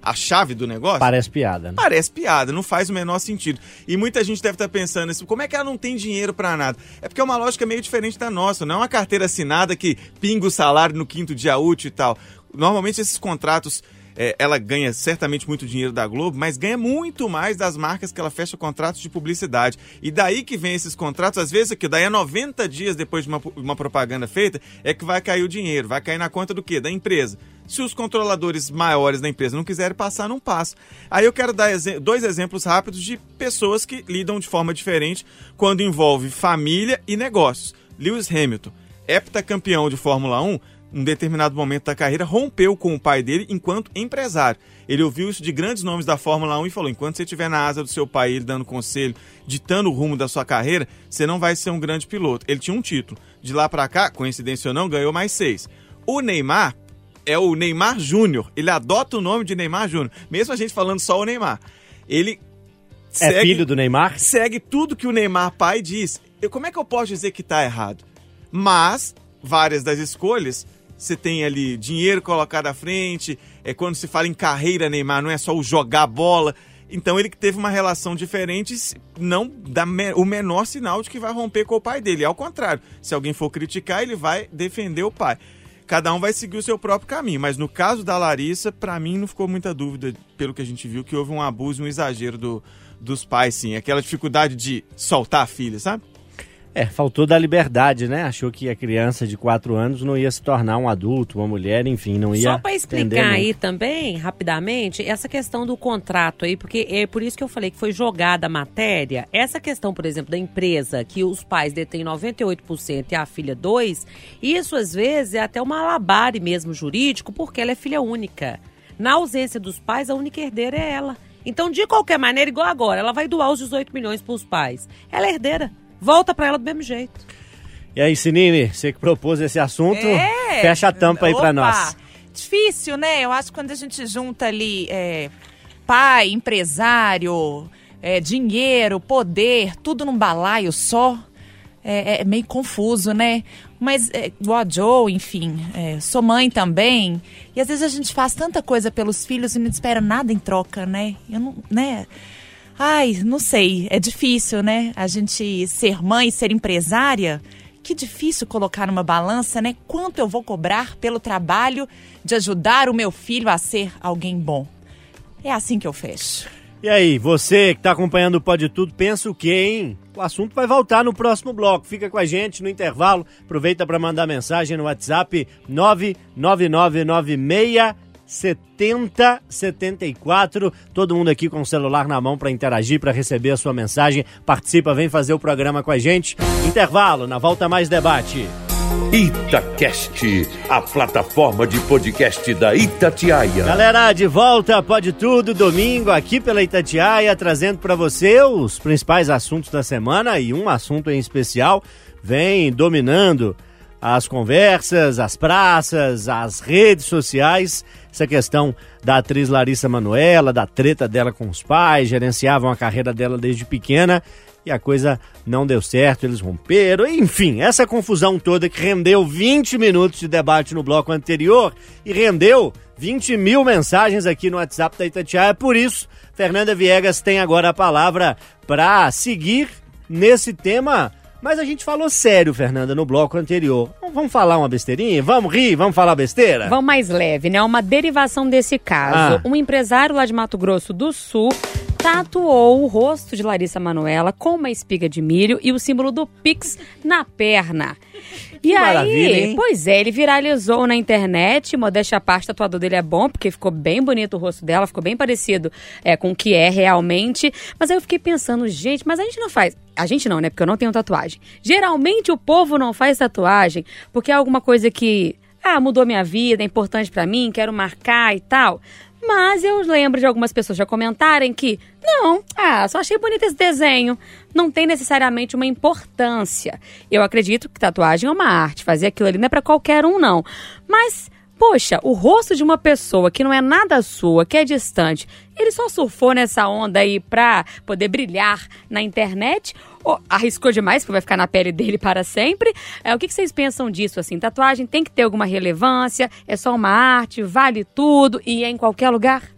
S3: a chave do negócio...
S2: Parece piada, né?
S3: Parece piada, não faz o menor sentido. E muita gente deve estar pensando assim, como é que ela não tem dinheiro pra nada? É porque é uma lógica meio diferente da nossa, não é uma carteira assinada que pinga o salário no quinto dia útil e tal. Normalmente esses contratos, é, ela ganha certamente muito dinheiro da Globo, mas ganha muito mais das marcas que ela fecha contratos de publicidade. E daí que vem esses contratos, às vezes aqui, daí a noventa dias depois de uma, uma propaganda feita, é que vai cair o dinheiro. Vai cair na conta do quê? Da empresa. Se os controladores maiores da empresa não quiserem passar, não passa. Aí eu quero dar exe- dois exemplos rápidos de pessoas que lidam de forma diferente quando envolve família e negócios. Lewis Hamilton, heptacampeão de Fórmula um, em um determinado momento da carreira, rompeu com o pai dele enquanto empresário. Ele ouviu isso de grandes nomes da Fórmula um e falou, enquanto você estiver na asa do seu pai, ele dando conselho, ditando o rumo da sua carreira, você não vai ser um grande piloto. Ele tinha um título. De lá pra cá, coincidência ou não, ganhou mais seis. O Neymar é o Neymar Júnior. Ele adota o nome de Neymar Júnior. Mesmo a gente falando só o Neymar. Ele
S2: é
S3: segue,
S2: filho do Neymar?
S3: Segue tudo que o Neymar pai diz. Eu, como é que eu posso dizer que tá errado? Mas, várias das escolhas... Você tem ali dinheiro colocado à frente, é quando se fala em carreira, Neymar, não é só o jogar bola. Então ele teve uma relação diferente, não dá o menor sinal de que vai romper com o pai dele. Ao contrário, se alguém for criticar, ele vai defender o pai. Cada um vai seguir o seu próprio caminho. Mas no caso da Larissa, pra mim não ficou muita dúvida, pelo que a gente viu, que houve um abuso, um exagero do, dos pais, sim. Aquela dificuldade de soltar a filha, sabe?
S2: É, faltou da liberdade, né? Achou que a criança de quatro anos não ia se tornar um adulto, uma mulher, enfim, não ia.
S4: Só para explicar aí também, rapidamente, essa questão do contrato aí, porque é por isso que eu falei que foi jogada a matéria. Essa questão, por exemplo, da empresa, que os pais detêm noventa e oito por cento e a filha dois por cento, isso às vezes é até uma alabare mesmo jurídico, porque ela é filha única. Na ausência dos pais, a única herdeira é ela. Então, de qualquer maneira, igual agora, ela vai doar os dezoito milhões para os pais. Ela é herdeira. Volta pra ela do mesmo jeito.
S2: E aí, Sinine, você que propôs esse assunto,
S9: é,
S2: fecha a tampa aí
S9: opa,
S2: pra nós.
S9: Difícil, né? Eu acho que quando a gente junta ali é, pai, empresário, é, dinheiro, poder, tudo num balaio só, é, é meio confuso, né? Mas, é, igual a Joe, enfim, é, sou mãe também, e às vezes a gente faz tanta coisa pelos filhos e não espera nada em troca, né? Eu não, né? Ai, não sei, é difícil, né? A gente ser mãe, ser empresária, que difícil colocar numa balança, né? Quanto eu vou cobrar pelo trabalho de ajudar o meu filho a ser alguém bom? É assim que eu fecho.
S2: E aí, você que tá acompanhando o Pode Tudo, pensa o quê, hein? O assunto vai voltar no próximo bloco. Fica com a gente no intervalo. Aproveita para mandar mensagem no WhatsApp nove nove nove nove seis setenta setenta e quatro. Todo mundo aqui com o celular na mão para interagir, para receber a sua mensagem. Participa, vem fazer o programa com a gente. Intervalo, na volta mais debate.
S1: Itacast, a plataforma de podcast da Itatiaia.
S2: Galera, de volta, Pode Tudo, domingo, aqui pela Itatiaia, trazendo para você os principais assuntos da semana, e um assunto em especial vem dominando as conversas, as praças, as redes sociais, essa questão da atriz Larissa Manoela, da treta dela com os pais, gerenciavam a carreira dela desde pequena e a coisa não deu certo, eles romperam, enfim, essa confusão toda que rendeu vinte minutos de debate no bloco anterior e rendeu vinte mil mensagens aqui no WhatsApp da Itatiaia. Por isso, Fernanda Viegas tem agora a palavra para seguir nesse tema. Mas a gente falou sério, Fernanda, no bloco anterior. Vamos falar uma besteirinha? Vamos rir? Vamos falar besteira?
S5: Vamos mais leve, né? Uma derivação desse caso.
S2: Ah.
S5: Um empresário lá de Mato Grosso do Sul tatuou o rosto de Larissa Manoela com uma espiga de milho e o símbolo do Pix na perna. E
S2: maravilha,
S5: aí,
S2: hein?
S5: pois é, ele viralizou na internet, modéstia à parte, o tatuador dele é bom, porque ficou bem bonito o rosto dela, ficou bem parecido é, com o que é realmente. Mas aí eu fiquei pensando, gente, mas a gente não faz... A gente não, né? Porque eu não tenho tatuagem. Geralmente o povo não faz tatuagem porque é alguma coisa que... Ah, mudou minha vida, é importante pra mim, quero marcar e tal. Mas eu lembro de algumas pessoas já comentarem que, não, ah, só achei bonito esse desenho. Não tem necessariamente uma importância. Eu acredito que tatuagem é uma arte, fazer aquilo ali não é pra qualquer um, não. Mas, poxa, o rosto de uma pessoa que não é nada sua, que é distante, ele só surfou nessa onda aí pra poder brilhar na internet? Ou arriscou demais, porque vai ficar na pele dele para sempre? É, o que, que vocês pensam disso? Assim, tatuagem tem que ter alguma relevância? É só uma arte? Vale tudo? E é em qualquer lugar?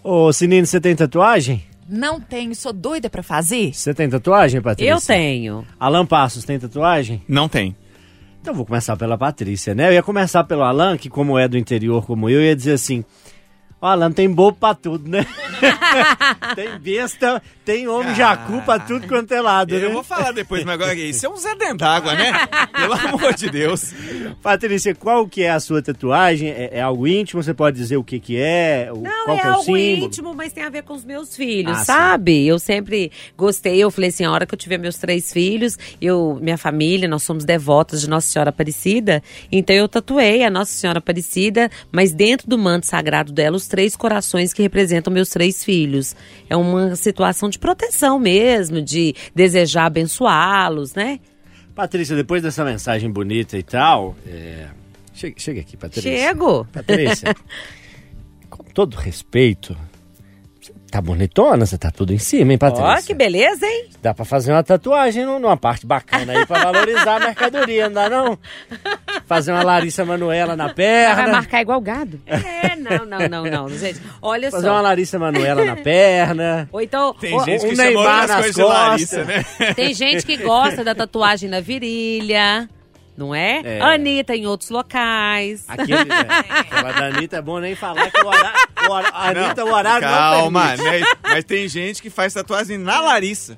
S2: Ô, Sininho, você tem tatuagem?
S9: Não tenho, sou doida pra fazer.
S2: Você tem tatuagem, Patrícia?
S4: Eu tenho.
S2: Alan Passos tem tatuagem?
S3: Não tem.
S2: Então vou começar pela Patrícia, né? Eu ia começar pelo Alan, que como é do interior como eu, ia dizer assim... O Alan tem bobo pra tudo, né? Tem besta, tem homem jacu pra tudo quanto é lado, né?
S3: Eu vou falar depois, mas agora isso é um Zé Dentro d'Água, né? Pelo amor de Deus.
S2: Patrícia, qual que é a sua tatuagem? É, é algo íntimo? Você pode dizer o que que é? O,
S4: Não,
S2: qual
S4: é
S2: que é o
S4: algo
S2: símbolo?
S4: íntimo, mas tem a ver com os meus filhos,
S2: Ah,
S4: sabe? Eu sempre gostei, eu falei assim, a hora que eu tiver meus três filhos, eu, minha família, nós somos devotas de Nossa Senhora Aparecida, então eu tatuei a Nossa Senhora Aparecida, mas dentro do manto sagrado dela, os três corações que representam meus três filhos. É uma situação de proteção mesmo, de desejar abençoá-los, né?
S2: Patrícia, depois dessa mensagem bonita e tal, é... chega, chega aqui, Patrícia.
S4: Chego.
S2: Patrícia, com todo respeito, você tá bonitona, você tá tudo em cima, hein, Patrícia?
S4: Ó, que beleza, hein?
S2: Dá pra fazer uma tatuagem numa parte bacana aí pra valorizar a mercadoria, não dá não? Fazer uma Larissa Manoela na perna.
S5: Vai marcar igual gado.
S4: É, não, não, não, não, gente. Olha
S2: Fazer
S4: só.
S2: uma Larissa Manoela na perna.
S4: Ou então,
S3: Tem
S4: o-
S3: gente
S2: um
S3: que chamou
S2: Neymar
S3: as
S2: nas
S3: coisas de
S2: costas.
S3: Larissa, né?
S4: tem gente que gosta da tatuagem na virilha, não é?
S2: É.
S4: Anitta em outros locais.
S2: Aquele, é, aquela da Anitta é bom nem falar que o horário, o horário, a Anitta, o horário
S3: Calma,
S2: não permite.
S3: né? Mas tem gente que faz tatuagem na Larissa.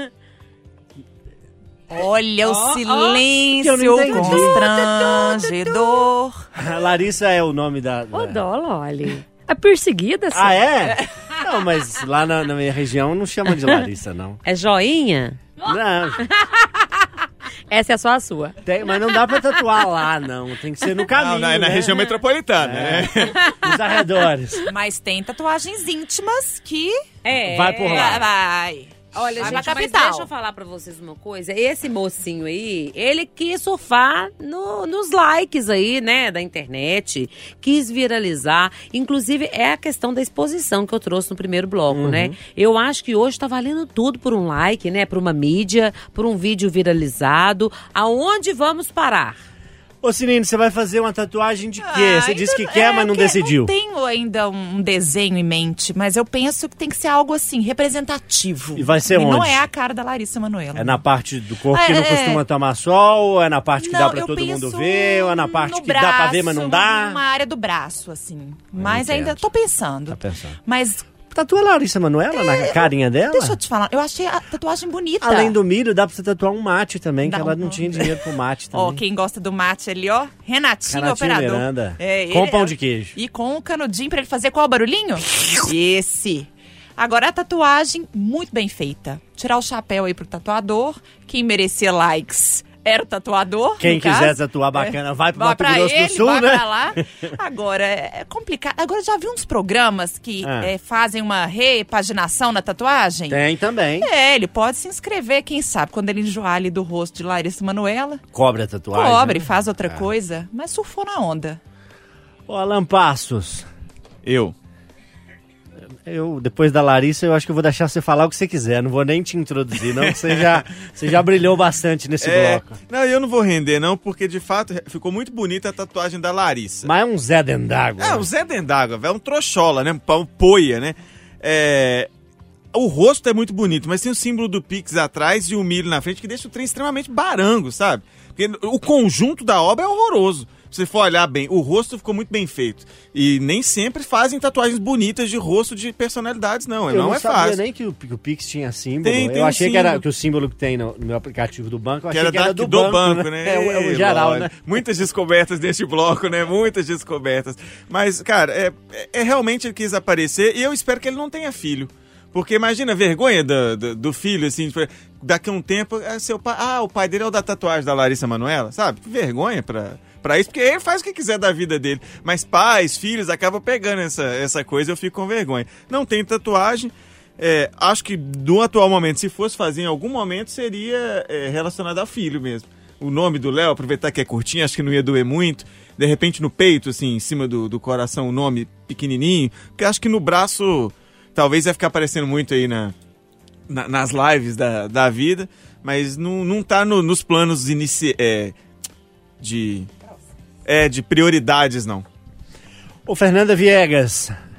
S9: Olha o
S2: que eu
S9: silêncio
S2: não entendi.
S9: constrangedor.
S2: A Larissa é o nome da... da...
S5: Ô, dó, Loli. É perseguida,
S2: Ah, é? Não, mas lá na, na minha região não chama de Larissa, não.
S4: É joinha?
S2: Não,
S5: Essa é só a sua.
S2: tem, mas não dá pra tatuar lá, não. Tem que ser no caminho,
S3: Não, na, é na
S2: né?
S3: região metropolitana,
S2: É.
S3: né?
S2: Nos arredores.
S9: Mas tem tatuagens íntimas que...
S4: É.
S2: Vai por lá.
S9: Vai.
S4: Olha,
S9: Vai
S4: gente,
S9: pra
S4: mas
S9: capital.
S4: deixa eu falar pra vocês uma coisa. Esse mocinho aí, ele quis surfar no- nos likes aí, né, da internet. Quis viralizar. Inclusive, é a questão da exposição que eu trouxe no primeiro bloco, né? Eu acho que hoje tá valendo tudo por um like, né? Por uma mídia, por um vídeo viralizado. Aonde vamos parar?
S2: Ô, Sininho, você vai fazer uma tatuagem de quê?
S9: Ah,
S2: Você disse que
S9: ainda-
S2: quer,
S9: é,
S2: mas não
S9: que-
S2: decidiu.
S9: Não tenho ainda um desenho em mente, mas eu penso que tem que ser algo assim, representativo.
S2: E vai ser
S9: Não
S2: onde?
S9: é a cara da Larissa Manoela.
S2: É na parte do corpo que
S9: É,
S2: não
S9: é.
S2: costuma tomar sol? Ou é na parte que dá
S9: Não,
S2: pra
S9: eu
S2: todo mundo
S9: penso
S2: ver? Ou é na parte
S9: no
S2: que dá pra ver, mas não
S9: braço,
S2: dá?
S9: Uma área do braço, assim. Mas
S2: entendo.
S9: ainda tô pensando.
S2: Tá pensando.
S9: Mas
S2: Tatua a Larissa Manoela na carinha dela?
S9: deixa eu te falar, eu achei a tatuagem bonita.
S2: Além do milho, dá pra você tatuar um mate também,
S9: Dá
S2: que ela
S9: um-
S2: não tinha dinheiro pro mate também.
S9: Ó, quem gosta do mate ali, ó, Renatinho,
S2: Renatinho
S9: operador.
S2: Miranda.
S9: É,
S2: Com
S9: ele-
S2: pão de queijo.
S9: E com o canudinho pra ele fazer qual barulhinho? Esse. Agora a tatuagem muito bem feita. Tirar o chapéu aí pro tatuador. Quem merecia likes era o tatuador.
S2: Quem
S9: no
S2: quiser
S9: caso.
S2: tatuar bacana, vai pro
S9: Vai
S2: Mato
S9: pra
S2: Grosso
S9: ele,
S2: do Sul,
S9: vai
S2: né?
S9: pra lá. Agora, é complicado. Agora, já vi uns programas que
S2: Ah.
S9: é, fazem uma repaginação na tatuagem?
S2: Tem também.
S9: É, ele pode se inscrever, quem sabe, quando ele enjoar ali do rosto de Larissa Manoela.
S2: Cobra a tatuagem.
S9: Cobre,
S2: né?
S9: faz outra
S2: Ah.
S9: coisa, mas surfou na onda.
S2: Ô, Alan Passos,
S3: Eu.
S2: eu, depois da Larissa, eu acho que eu vou deixar você falar o que você quiser. Não vou nem te introduzir, não, que você já, você já brilhou bastante nesse
S3: É,
S2: bloco.
S3: não, eu não vou render, não, porque de fato ficou muito bonita a tatuagem da Larissa.
S2: Mas é um Zé Dendágua.
S3: É, o Zé Dendágua, velho, é um trochola, né? Um poia, né? É, o rosto é muito bonito, mas tem o símbolo do Pix atrás e o milho na frente que deixa o trem extremamente barango, sabe? Porque o conjunto da obra é horroroso. Se você for olhar bem, o rosto ficou muito bem feito. E nem sempre fazem tatuagens bonitas de rosto de personalidades, não.
S2: Eu
S3: não,
S2: não
S3: é
S2: sabia
S3: fácil.
S2: nem que o, que o Pix tinha símbolo.
S3: Tem,
S2: eu
S3: tem um
S2: achei que era
S3: símbolo.
S2: que o símbolo que tem no, no meu aplicativo do banco, eu
S3: Que
S2: achei
S3: era,
S2: que era
S3: da,
S2: do,
S3: do
S2: banco,
S3: banco, né?
S2: É, o, é o
S3: Ei,
S2: geral,
S3: Lorde.
S2: né?
S3: Muitas descobertas neste bloco, né? Muitas descobertas. Mas, cara, é, é, é realmente ele quis aparecer e eu espero que ele não tenha filho. Porque imagina a vergonha do, do, do filho, assim, daqui a um tempo, é seu pai, ah, o pai dele é o da tatuagem da Larissa Manoela, sabe? Que vergonha pra, pra isso, porque ele faz o que quiser da vida dele. Mas pais, filhos, acabam pegando essa, essa coisa e eu fico com vergonha. Não tem tatuagem, é, acho que no atual momento, se fosse fazer em algum momento, seria é, relacionado ao filho mesmo. O nome do Léo, aproveitar que é curtinho, acho que não ia doer muito. De repente no peito, assim, em cima do, do coração, o nome pequenininho, porque acho que no braço... Talvez vai ficar aparecendo muito aí na, na- nas lives da, da vida, mas não, não tá no- nos planos inici é, de, é, de prioridades, não.
S2: Ô, Fernanda Viegas,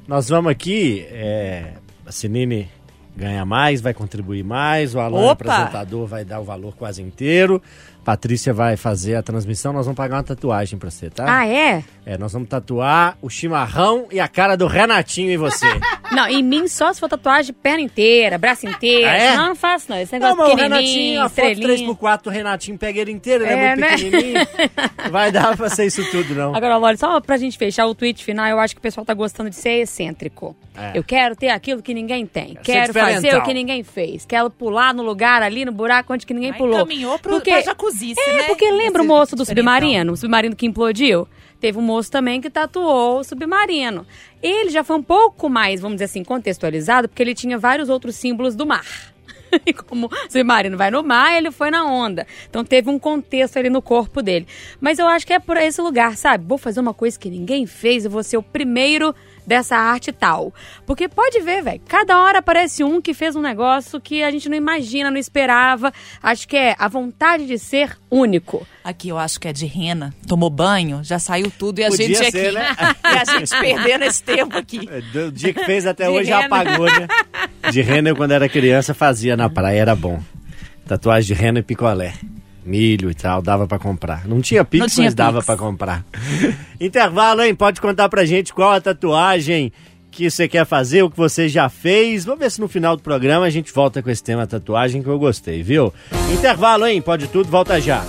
S2: nós vamos aqui, é, a Sinine ganha mais, vai contribuir mais, o Alan,
S9: Opa!
S2: apresentador, vai dar o valor quase inteiro, Patrícia vai fazer a transmissão, nós vamos pagar uma tatuagem pra você, tá?
S5: Ah, é?
S2: É, nós vamos tatuar o chimarrão e a cara do Renatinho em você.
S5: Não, em mim só se for tatuagem perna inteira, braço inteiro.
S2: Ah, é?
S5: Não, não faço não. Esse
S2: Não,
S5: negócio
S2: mas o
S5: pequenininho,
S2: Renatinho, a foto
S5: estrelinha.
S2: três por quatro do Renatinho pega ele inteiro, ele é,
S5: É,
S2: muito
S5: né?
S2: pequenininho. Vai dar pra ser isso tudo, não.
S5: Agora, olha, só pra gente fechar o tweet final, eu acho que o pessoal tá gostando de ser excêntrico.
S2: É.
S5: Eu quero ter aquilo que ninguém tem.
S2: Quero ser
S5: Quero fazer
S2: diferentão.
S5: o que ninguém fez. Quero pular no lugar ali, no buraco onde que ninguém
S9: Aí
S5: pulou.
S9: caminhou pro,
S5: Porque-
S9: pra jacuzice,
S5: É,
S9: né?
S5: porque lembra o
S9: Esse
S5: moço do
S9: diferentão.
S5: submarino? O submarino que implodiu? Teve um moço também que tatuou o submarino. Ele já foi um pouco mais, vamos dizer assim, contextualizado, porque ele tinha vários outros símbolos do mar. E como o submarino vai no mar, ele foi na onda. Então teve um contexto ali no corpo dele. Mas eu acho que é por esse lugar, sabe? Vou fazer uma coisa que ninguém fez e vou ser o primeiro dessa arte tal. Porque pode ver, velho, cada hora aparece um que fez um negócio que a gente não imagina, não esperava. Acho que é a vontade de ser único.
S9: Aqui eu acho que é de rena. Tomou banho, já saiu tudo e a
S2: Podia
S9: gente
S2: ser,
S9: aqui.
S2: né?
S9: E a gente perdendo esse tempo aqui.
S2: É, Do dia que fez até
S5: De
S2: hoje já
S5: rena.
S2: apagou, né? De rena, eu, quando era criança, fazia na praia, era bom. Tatuagem de rena e picolé. Milho e tal, dava pra comprar. Não tinha Pix,
S9: Não tinha
S2: mas dava
S9: Pix.
S2: pra comprar. Intervalo, hein? Pode contar pra gente qual a tatuagem que você quer fazer, o que você já fez. Vamos ver se no final do programa a gente volta com esse tema tatuagem que eu gostei, viu? Intervalo, hein? Pode tudo, volta já.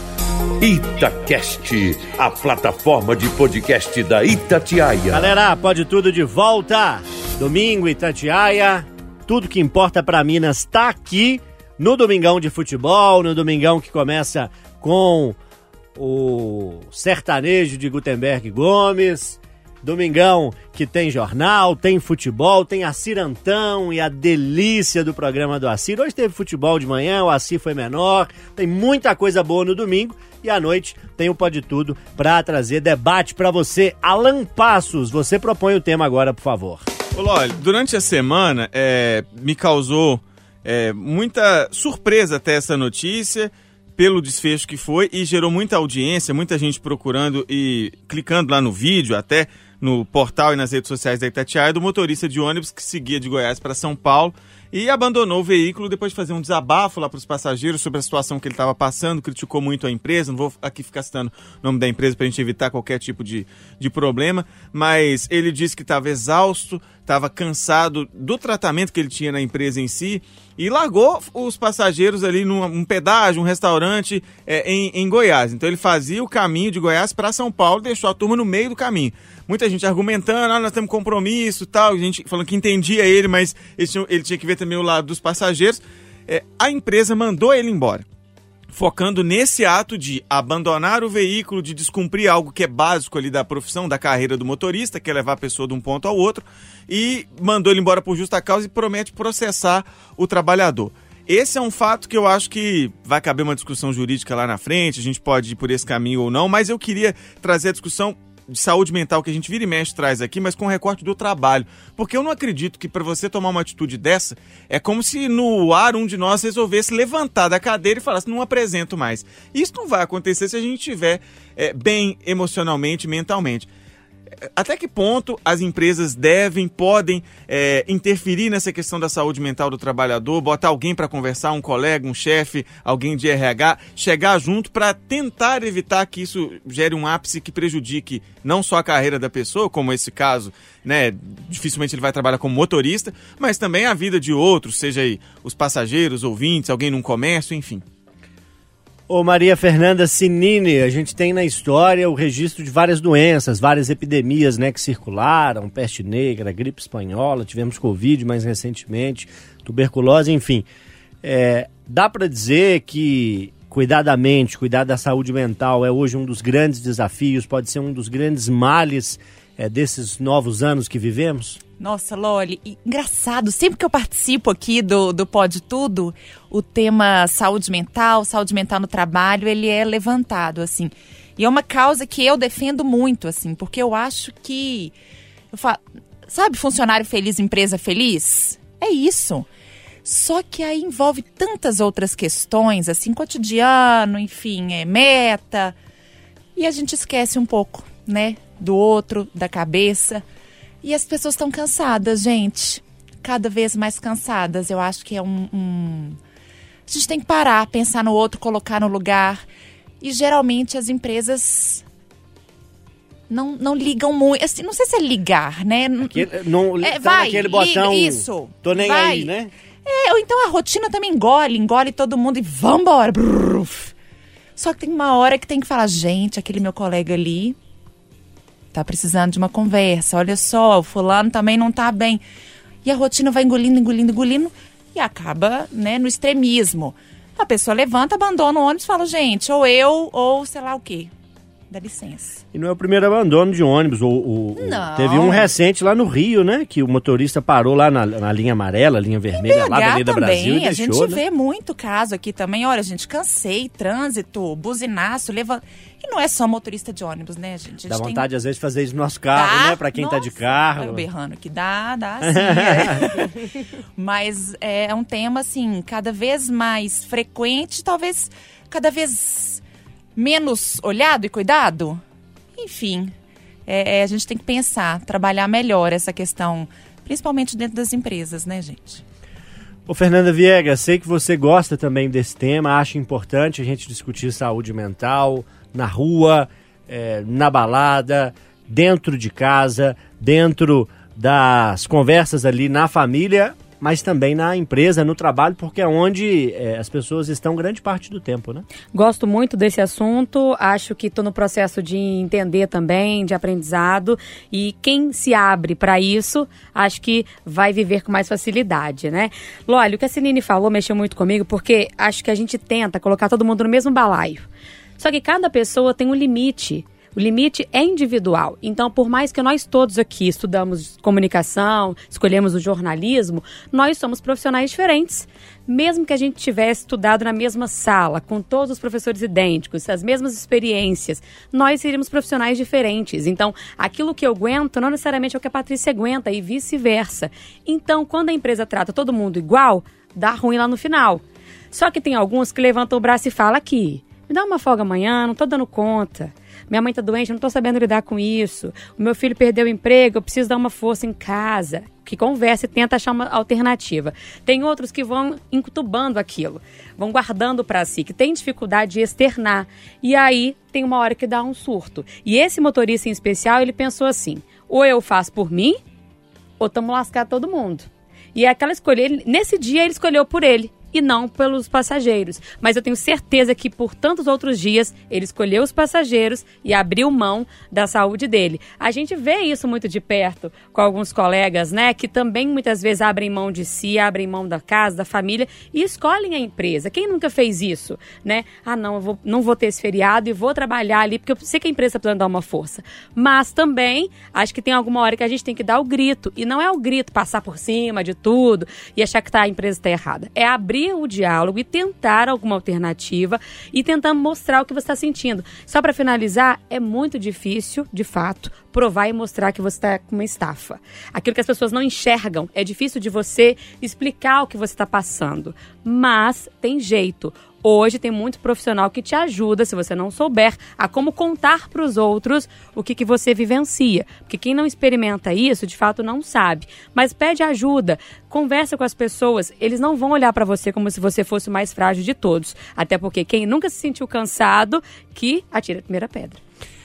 S1: Itacast, a plataforma de podcast da Itatiaia.
S2: Galera, pode tudo de volta. Domingo, Itatiaia. Tudo que importa pra Minas tá aqui no Domingão de Futebol, no Domingão que começa com o sertanejo de Gutenberg Gomes. Domingão que tem jornal, tem futebol, tem a Cirantão e a delícia do programa do Acir. Hoje teve futebol de manhã, o Acir foi menor, tem muita coisa boa no domingo e à noite tem o Pode Tudo pra trazer debate pra você. Alan Passos, você propõe o tema agora, por favor.
S3: Ô, Loli, durante a semana é, me causou é, muita surpresa até essa notícia, pelo desfecho que foi, e gerou muita audiência, muita gente procurando e clicando lá no vídeo, até no portal e nas redes sociais da Itatiaia, do motorista de ônibus que seguia de Goiás para São Paulo e abandonou o veículo depois de fazer um desabafo lá para os passageiros sobre a situação que ele estava passando, criticou muito a empresa, não vou aqui ficar citando o nome da empresa para a gente evitar qualquer tipo de, de problema, mas ele disse que estava exausto, estava cansado do tratamento que ele tinha na empresa em si e largou os passageiros ali num um pedágio, um restaurante é, em, em Goiás. Então ele fazia o caminho de Goiás para São Paulo, deixou a turma no meio do caminho. Muita gente argumentando, ah, nós temos compromisso e tal, gente falando que entendia ele, mas ele tinha, ele tinha que ver também o lado dos passageiros. É, a empresa mandou ele embora, focando nesse ato de abandonar o veículo, de descumprir algo que é básico ali da profissão, da carreira do motorista, que é levar a pessoa de um ponto ao outro, e mandou ele embora por justa causa e promete processar o trabalhador. Esse é um fato que eu acho que vai caber uma discussão jurídica lá na frente, a gente pode ir por esse caminho ou não, mas eu queria trazer a discussão de saúde mental que a gente vira e mexe traz aqui, mas com recorte do trabalho. Porque eu não acredito que para você tomar uma atitude dessa, é como se no ar um de nós resolvesse levantar da cadeira e falasse, não apresento mais. Isso não vai acontecer se a gente estiver é, bem emocionalmente, mentalmente. Até que ponto as empresas devem, podem é, interferir nessa questão da saúde mental do trabalhador, botar alguém para conversar, um colega, um chefe, alguém de R H, chegar junto para tentar evitar que isso gere um ápice que prejudique não só a carreira da pessoa, como esse caso, né, dificilmente ele vai trabalhar como motorista, mas também a vida de outros, seja aí os passageiros, ouvintes, alguém num comércio, enfim.
S2: Ô Maria Fernanda Sinini, a gente tem na história o registro de várias doenças, várias epidemias, né, que circularam, peste negra, gripe espanhola, tivemos Covid mais recentemente, tuberculose, enfim. É, dá para dizer que cuidar da mente, cuidar da saúde mental é hoje um dos grandes desafios, pode ser um dos grandes males é, desses novos anos que vivemos?
S9: Nossa, Loli, e engraçado, sempre que eu participo aqui do, do Pode Tudo, o tema saúde mental, saúde mental no trabalho, ele é levantado, assim. E é uma causa que eu defendo muito, assim, porque eu acho que, eu falo, sabe, funcionário feliz, empresa feliz? É isso. Só que aí envolve tantas outras questões, assim, cotidiano, enfim, é meta, e a gente esquece um pouco, né, do outro, da cabeça. E as pessoas estão cansadas, gente. Cada vez mais cansadas. Eu acho que é um, um... A gente tem que parar, pensar no outro, colocar no lugar. E geralmente as empresas não, não ligam muito. Assim, não sei se é ligar, né?
S2: Aquele, não,
S9: é,
S2: tá
S9: vai,
S2: naquele botão,
S9: isso,
S2: tô nem
S9: vai.
S2: aí, né?
S9: É, ou então a rotina também engole, engole todo mundo e vambora. Brrr. Só que tem uma hora que tem que falar, gente, aquele meu colega ali tá precisando de uma conversa. Olha só, o fulano também não tá bem. E a rotina vai engolindo, engolindo, engolindo e acaba, né, no extremismo. A pessoa levanta, abandona o ônibus e fala, gente, ou eu, ou sei lá o quê. Dá licença.
S2: E não é o primeiro abandono de ônibus. O, o,
S9: não.
S2: Teve um recente lá no Rio, né? Que o motorista parou lá na, na linha amarela, linha vermelha, lá da Avenida
S9: também.
S2: Brasil e
S9: a
S2: deixou,
S9: gente
S2: né?
S9: vê muito caso aqui também. Olha, gente, cansei, trânsito, buzinaço, leva... E não é só motorista de ônibus, né, gente? A gente
S2: dá
S9: tem...
S2: vontade, às vezes, de fazer isso no nosso carro,
S9: dá?
S2: né? Pra quem
S9: Nossa,
S2: tá de carro.
S9: Eu berrando que dá, dá sim. é. Mas é um tema, assim, cada vez mais frequente, talvez cada vez menos olhado e cuidado. Enfim, é, é, a gente tem que pensar, trabalhar melhor essa questão, principalmente dentro das empresas, né, gente?
S2: Ô, Fernanda Viegas, sei que você gosta também desse tema, acha importante a gente discutir saúde mental na rua, é, na balada, dentro de casa, dentro das conversas ali na família, mas também na empresa, no trabalho, porque é onde é, as pessoas estão grande parte do tempo, né?
S5: Gosto muito desse assunto, acho que estou no processo de entender também, de aprendizado, e quem se abre para isso, acho que vai viver com mais facilidade, né? Olha, o que a Sinine falou mexeu muito comigo, porque acho que a gente tenta colocar todo mundo no mesmo balaio. Só que cada pessoa tem um limite. O limite é individual. Então, por mais que nós todos aqui estudamos comunicação, escolhemos o jornalismo, nós somos profissionais diferentes. Mesmo que a gente tivesse estudado na mesma sala, com todos os professores idênticos, as mesmas experiências, nós seríamos profissionais diferentes. Então, aquilo que eu aguento não necessariamente é o que a Patrícia aguenta e vice-versa. Então, quando a empresa trata todo mundo igual, dá ruim lá no final. Só que tem alguns que levantam o braço e falam aqui, me dá uma folga amanhã, não tô dando conta. Minha mãe tá doente, eu não tô sabendo lidar com isso. O meu filho perdeu o emprego, eu preciso dar uma força em casa. Que conversa e tenta achar uma alternativa. Tem outros que vão entubando aquilo, vão guardando para si, que tem dificuldade de externar. E aí tem uma hora que dá um surto. E esse motorista em especial, ele pensou assim, ou eu faço por mim, ou estamos lascados todo mundo. E é aquela escolha, nesse dia ele escolheu por ele. E não pelos passageiros. Mas eu tenho certeza que por tantos outros dias ele escolheu os passageiros e abriu mão da saúde dele. A gente vê isso muito de perto com alguns colegas, né? Que também muitas vezes abrem mão de si, abrem mão da casa, da família e escolhem a empresa. Quem nunca fez isso, né? Ah, não, eu vou, não vou ter esse feriado e vou trabalhar ali porque eu sei que a empresa está precisando dar uma força. Mas também acho que tem alguma hora que a gente tem que dar o grito. E não é o grito passar por cima de tudo e achar que tá, a empresa está errada. É abrir o diálogo e tentar alguma alternativa e tentar mostrar o que você está sentindo. Só para finalizar, é muito difícil, de fato, provar e mostrar que você está com uma estafa. Aquilo que as pessoas não enxergam, é difícil de você explicar o que você está passando. Mas tem jeito. Hoje tem muito profissional que te ajuda, se você não souber, a como contar para os outros o que, que você vivencia. Porque quem não experimenta isso, de fato, não sabe. Mas pede ajuda, conversa com as pessoas. Eles não vão olhar para você como se você fosse o mais frágil de todos. Até porque quem nunca se sentiu cansado, que atira a primeira pedra.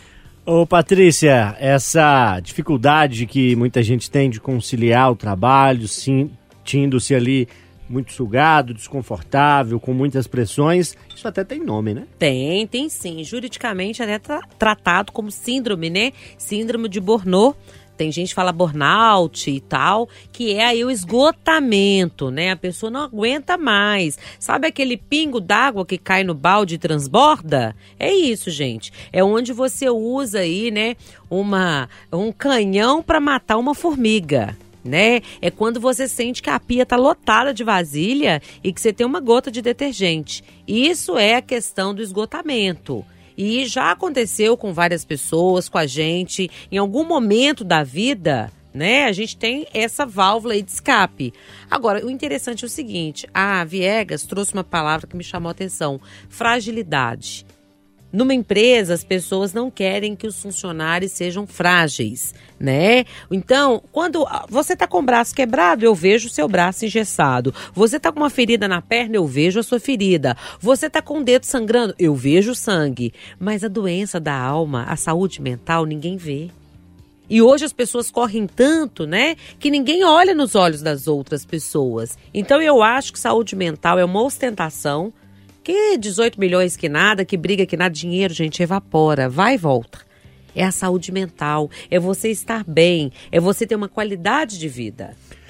S2: Ô Patrícia, essa dificuldade que muita gente tem de conciliar o trabalho, sentindo-se ali muito sugado, desconfortável, com muitas pressões, isso até tem nome, né?
S4: Tem, tem sim. Juridicamente é tra- tratado como síndrome, né? Síndrome de Burnout. Tem gente que fala burnout e tal, que é aí o esgotamento, né? A pessoa não aguenta mais. Sabe aquele pingo d'água que cai no balde e transborda? É isso, gente. É onde você usa aí, né, uma, um canhão para matar uma formiga. Né? É quando você sente que a pia está lotada de vasilha e que você tem uma gota de detergente. Isso é a questão do esgotamento. E já aconteceu com várias pessoas, com a gente, em algum momento da vida, né? A gente tem essa válvula aí de escape. Agora, o interessante é o seguinte, a Viegas trouxe uma palavra que me chamou a atenção, fragilidade. Numa empresa, as pessoas não querem que os funcionários sejam frágeis, né? Então, quando você está com o braço quebrado, eu vejo o seu braço engessado. Você está com uma ferida na perna, eu vejo a sua ferida. Você está com o dedo sangrando, eu vejo o sangue. Mas a doença da alma, a saúde mental, ninguém vê. E hoje as pessoas correm tanto, né, que ninguém olha nos olhos das outras pessoas. Então eu acho que saúde mental é uma ostentação. Que dezoito milhões que nada, que briga que nada, dinheiro, gente, evapora, vai e volta. É a saúde mental, é você estar bem, é você ter uma qualidade de vida.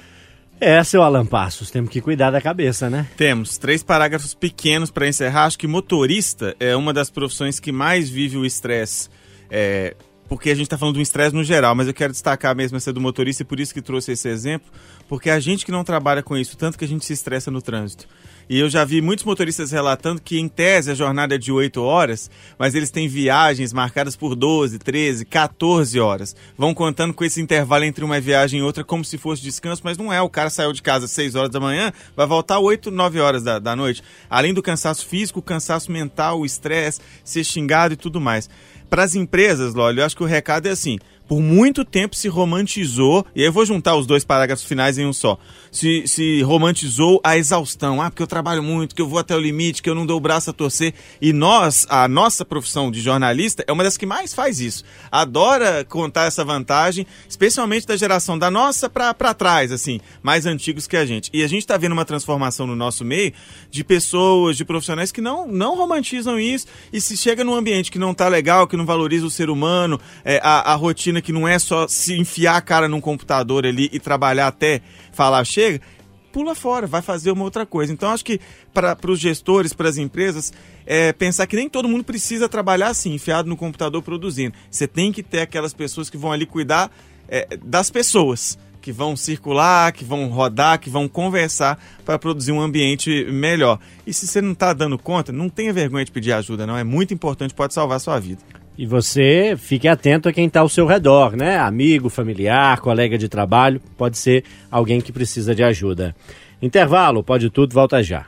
S2: É, seu Alan Passos, temos que cuidar da cabeça, né?
S3: Temos três parágrafos pequenos para encerrar. Acho que motorista é uma das profissões que mais vive o estresse, é, porque a gente está falando do estresse no geral, mas eu quero destacar mesmo essa do motorista e por isso que trouxe esse exemplo, porque a gente que não trabalha com isso, tanto que a gente se estressa no trânsito. E eu já vi muitos motoristas relatando que, em tese, a jornada é de oito horas, mas eles têm viagens marcadas por doze, treze, quatorze horas. Vão contando com esse intervalo entre uma viagem e outra como se fosse descanso, mas não é. O cara saiu de casa às seis horas da manhã, vai voltar oito, nove horas da, da noite. Além do cansaço físico, o cansaço mental, o estresse, ser xingado e tudo mais. Para as empresas, Lólio, eu acho que o recado é assim: por muito tempo se romantizou, e aí eu vou juntar os dois parágrafos finais em um só, se, se romantizou a exaustão, ah, porque eu trabalho muito, que eu vou até o limite, que eu não dou o braço a torcer, e nós, a nossa profissão de jornalista é uma das que mais faz isso, adora contar essa vantagem, especialmente da geração da nossa pra, pra trás, assim, mais antigos que a gente, e a gente tá vendo uma transformação no nosso meio de pessoas, de profissionais que não, não romantizam isso, e se chega num ambiente que não tá legal, que não valoriza o ser humano, é, a, a rotina que não é só se enfiar a cara num computador ali e trabalhar até falar chega, pula fora, vai fazer uma outra coisa. Então acho que para os gestores, para as empresas, é, pensar que nem todo mundo precisa trabalhar assim, enfiado no computador produzindo. Você tem que ter aquelas pessoas que vão ali cuidar é, das pessoas, que vão circular, que vão rodar, que vão conversar para produzir um ambiente melhor. E se você não está dando conta, não tenha vergonha de pedir ajuda, não. É muito importante, pode salvar a sua vida.
S2: E você fique atento a quem está ao seu redor, né? Amigo, familiar, colega de trabalho, pode ser alguém que precisa de ajuda. Intervalo, Pode Tudo, volta já.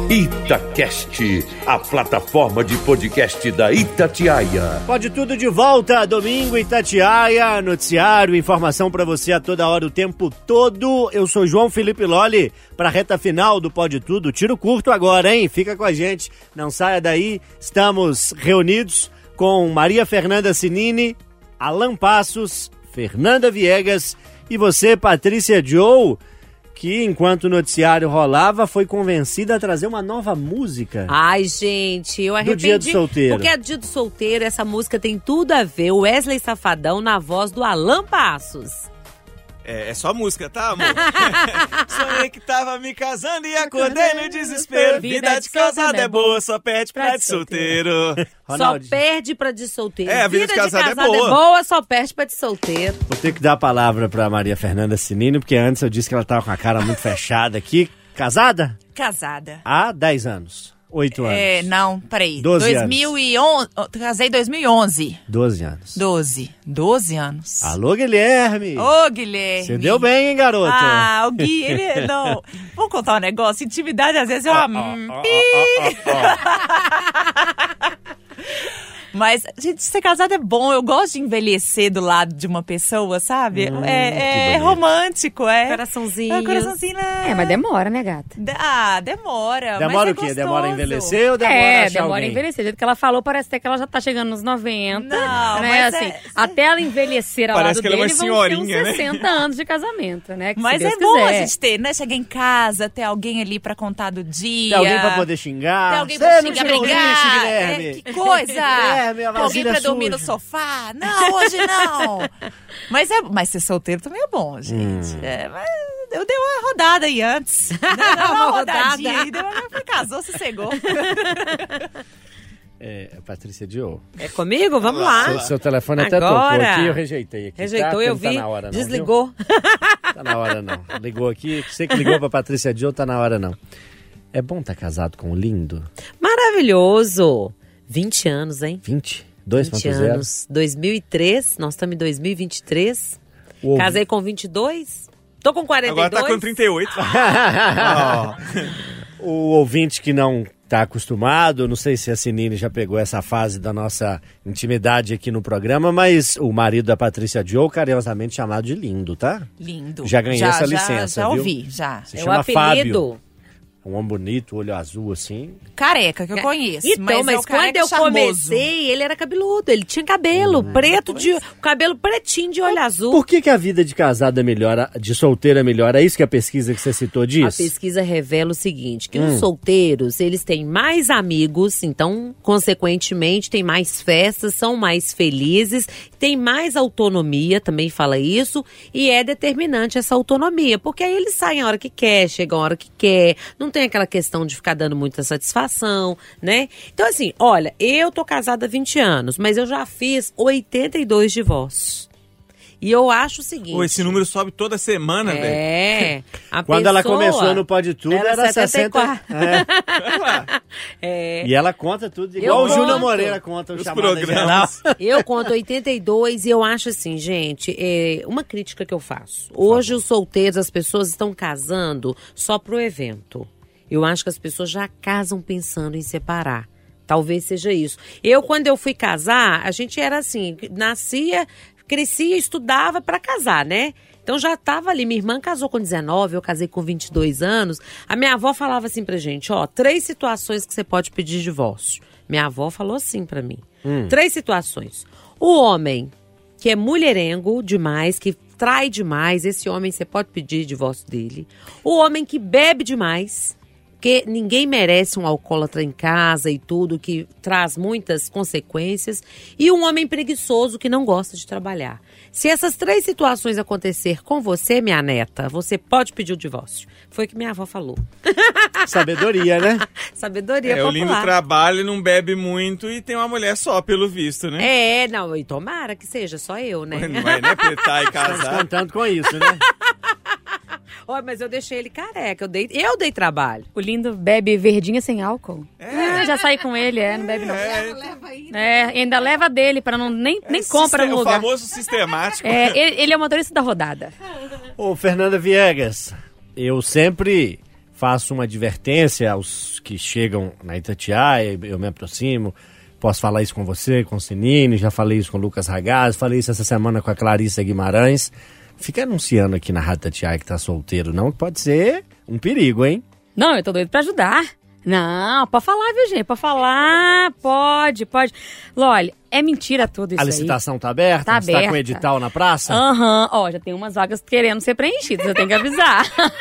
S1: Itacast, a plataforma de podcast da Itatiaia.
S2: Pode Tudo de volta, domingo, Itatiaia, noticiário, informação para você a toda hora, o tempo todo. Eu sou João Felipe Lolli, para a reta final do Pode Tudo. Tiro curto agora, hein? Fica com a gente, não saia daí. Estamos reunidos com Maria Fernanda Sinini, Alan Passos, Fernanda Viegas e você, Patrícia Joe, que enquanto o noticiário rolava, foi convencida a trazer uma nova música.
S4: Ai, gente, eu arrependi.
S2: Do Dia do Solteiro.
S4: Porque é Dia do Solteiro, essa música tem tudo a ver. O Wesley Safadão na voz do Alan Passos.
S3: É, é só música, tá, amor? Sonhei que tava me casando e acordei no desespero. Vida de casado é boa, só perde pra de solteiro.
S4: Só perde pra de solteiro.
S3: É, a vida, vida de casado,
S4: de casado
S3: é, boa.
S4: é boa, só perde pra de solteiro.
S2: Vou ter que dar a palavra pra Maria Fernanda Sinini, porque antes eu disse que ela tava com a cara muito fechada aqui. Casada?
S9: Casada.
S2: Há dez anos. Oito anos.
S9: É, não, peraí.
S2: Doze
S9: dois mil e onze, casei em dois mil e onze.
S2: Doze anos.
S9: Doze. Doze anos.
S2: Alô, Guilherme.
S9: Ô, Guilherme.
S2: Você deu bem, hein, garoto?
S9: Ah, o Gui, ele não... Vamos contar um negócio? Intimidade, às vezes, é uma... Oh, oh, oh, oh, oh. Mas, gente, ser casado é bom. Eu gosto de envelhecer do lado de uma pessoa, sabe? Hum, é é romântico, é.
S4: Coraçãozinho.
S9: É, coraçãozinho.
S5: É, mas demora, né, gata?
S9: Ah, demora.
S2: Demora
S9: mas é
S2: o quê?
S9: gostoso.
S2: Demora a envelhecer ou demora
S5: é,
S2: a achar
S5: demora
S2: alguém?
S5: a envelhecer. Do jeito que ela falou, parece até que ela já tá chegando nos noventa.
S9: Não,
S5: né?
S9: mas
S5: assim,
S9: é...
S5: até ela envelhecer ao
S3: Parece
S5: lado
S3: que ela é uma
S5: dele, vão ser uns
S3: senhorinha, né?
S5: sessenta anos de casamento, né? Que
S9: Mas
S5: se Deus
S9: é bom
S5: quiser.
S9: a gente ter, né? Chegar em casa, ter alguém ali pra contar do dia.
S2: Tem alguém pra poder xingar.
S9: Tem alguém
S2: Cê
S9: pra
S2: não
S9: xingar,
S2: tirou
S9: brigar.
S2: lixo, Guilherme.
S9: É, que coisa!
S2: Guilherme, a
S9: Tem alguém
S2: vasilha
S9: pra dormir
S2: suja.
S9: no sofá? Não, hoje não. mas, é, mas ser solteiro também é bom, gente.
S2: Hum.
S9: É, mas eu dei uma rodada aí antes. Dei uma,
S4: Uma
S9: rodadinha
S4: rodada.
S9: aí. Deu uma, casou, sossegou.
S2: É, Patrícia Dio.
S4: É comigo? Vamos lá.
S2: Seu, seu telefone até
S4: Agora.
S2: tocou aqui, eu rejeitei aqui.
S4: Rejeitou,
S2: tá?
S4: eu
S2: Não
S4: vi.
S2: Tá na hora, não,
S4: Desligou.
S2: Viu? Tá na hora não. Ligou aqui, você que ligou pra Patrícia Dio, tá na hora não. É bom estar tá casado com um lindo?
S4: Maravilhoso. vinte anos, hein?
S2: vinte? dois ponto
S4: vinte
S2: zero?
S4: anos. dois mil e três, nós estamos em dois mil e vinte e três.
S2: O...
S4: Casei com vinte e dois. Tô com quarenta e dois.
S3: Agora tá com trinta e oito.
S2: O ouvinte que não tá acostumado, não sei se a Sinine já pegou essa fase da nossa intimidade aqui no programa, mas o marido da Patrícia Joe, carinhosamente chamado de lindo, tá?
S9: Lindo.
S2: Já ganhei
S9: já,
S2: essa
S9: já,
S2: licença,
S9: já
S2: viu?
S9: ouvi, já.
S2: Se
S4: É o
S2: chama
S4: apelido.
S2: Fábio. Um homem bonito, olho azul assim.
S9: Careca, que eu conheço.
S4: Então,
S9: mas,
S4: mas,
S9: é o
S4: quando
S9: careca
S4: eu
S9: charmoso.
S4: comecei, ele era cabeludo, ele tinha cabelo preto, de, o cabelo pretinho de olho azul.
S2: Por que, que a vida de casada melhora, de solteira melhora? É isso que a pesquisa que você citou
S4: A
S2: diz?
S4: pesquisa revela o seguinte, que
S2: Hum.
S4: os solteiros, eles têm mais amigos, então, consequentemente, têm mais festas, são mais felizes, têm mais autonomia, também fala isso, e é determinante essa autonomia, porque aí eles saem a hora que quer, chegam a hora que quer, não tem aquela questão de ficar dando muita satisfação, né? Então, assim, olha, eu tô casada há vinte anos, mas eu já fiz oitenta e dois divórcios. E eu acho o seguinte...
S3: Pô, esse número sobe toda semana, velho.
S4: É. a
S2: Quando ela
S4: pessoa
S2: começou no Pode Tudo,
S4: era
S2: era
S4: setenta e
S2: sessenta.
S4: quatro.
S2: É.
S4: É.
S2: E ela conta tudo,
S4: Eu
S2: igual o Júnior
S4: conto.
S2: Moreira conta o
S3: Os
S2: chamado geral.
S3: programas.
S4: Eu conto oitenta e dois e eu acho assim, gente, é uma crítica que eu faço. Hoje os solteiros, as pessoas estão casando só pro evento. Eu acho que as pessoas já casam pensando em separar. Talvez seja isso. Eu, quando eu fui casar, a gente era assim, nascia, crescia, estudava para casar, né? Então já tava ali, minha irmã casou com dezenove, eu casei com vinte e dois anos. A minha avó falava assim pra gente, ó, três situações que você pode pedir divórcio. Minha avó falou assim pra mim. Hum. Três situações. O homem que é mulherengo demais, que trai demais, esse homem você pode pedir divórcio dele. O homem que bebe demais, porque ninguém merece um alcoólatra em casa e tudo, que traz muitas consequências. E um homem preguiçoso que não gosta de trabalhar. Se essas três situações acontecer com você, minha neta, você pode pedir o divórcio. Foi o que minha avó falou.
S2: Sabedoria, né?
S4: Sabedoria
S3: É, o
S4: popular.
S3: lindo trabalho, não bebe muito e tem uma mulher só, pelo visto, né?
S4: É, não, e tomara que seja só eu, né?
S3: Não vai, né, pretar e
S2: Estamos
S3: casar.
S2: contando com isso, né?
S4: Olha, mas eu deixei ele careca, eu dei, eu dei trabalho.
S5: O lindo bebe verdinha sem álcool. É. Eu já saí com ele, é, não bebe não.
S3: É,
S5: É, ainda leva dele pra não nem, nem compra
S3: Sistema-
S5: no
S3: o
S5: lugar.
S3: famoso sistemático.
S5: É, ele, ele é o motorista da rodada.
S2: Ô, Fernanda Viegas, eu sempre faço uma advertência aos que chegam na Itatiaia, eu me aproximo, posso falar isso com você, com o Sinine, já falei isso com o Lucas Ragazzi, falei isso essa semana com a Clarissa Guimarães. Fica anunciando aqui na Rádio Itatiaia que tá solteiro, não, que pode ser um perigo, hein?
S5: Não, eu tô doido pra ajudar. Não, pode falar, viu, gente? Pode falar, pode, pode. Olha, é mentira tudo isso
S2: A
S5: aí.
S2: licitação tá aberta?
S5: Tá
S2: Você tá
S5: aberta.
S2: com edital na praça?
S5: Aham, ó, já tem umas vagas querendo ser preenchidas, eu tenho que avisar.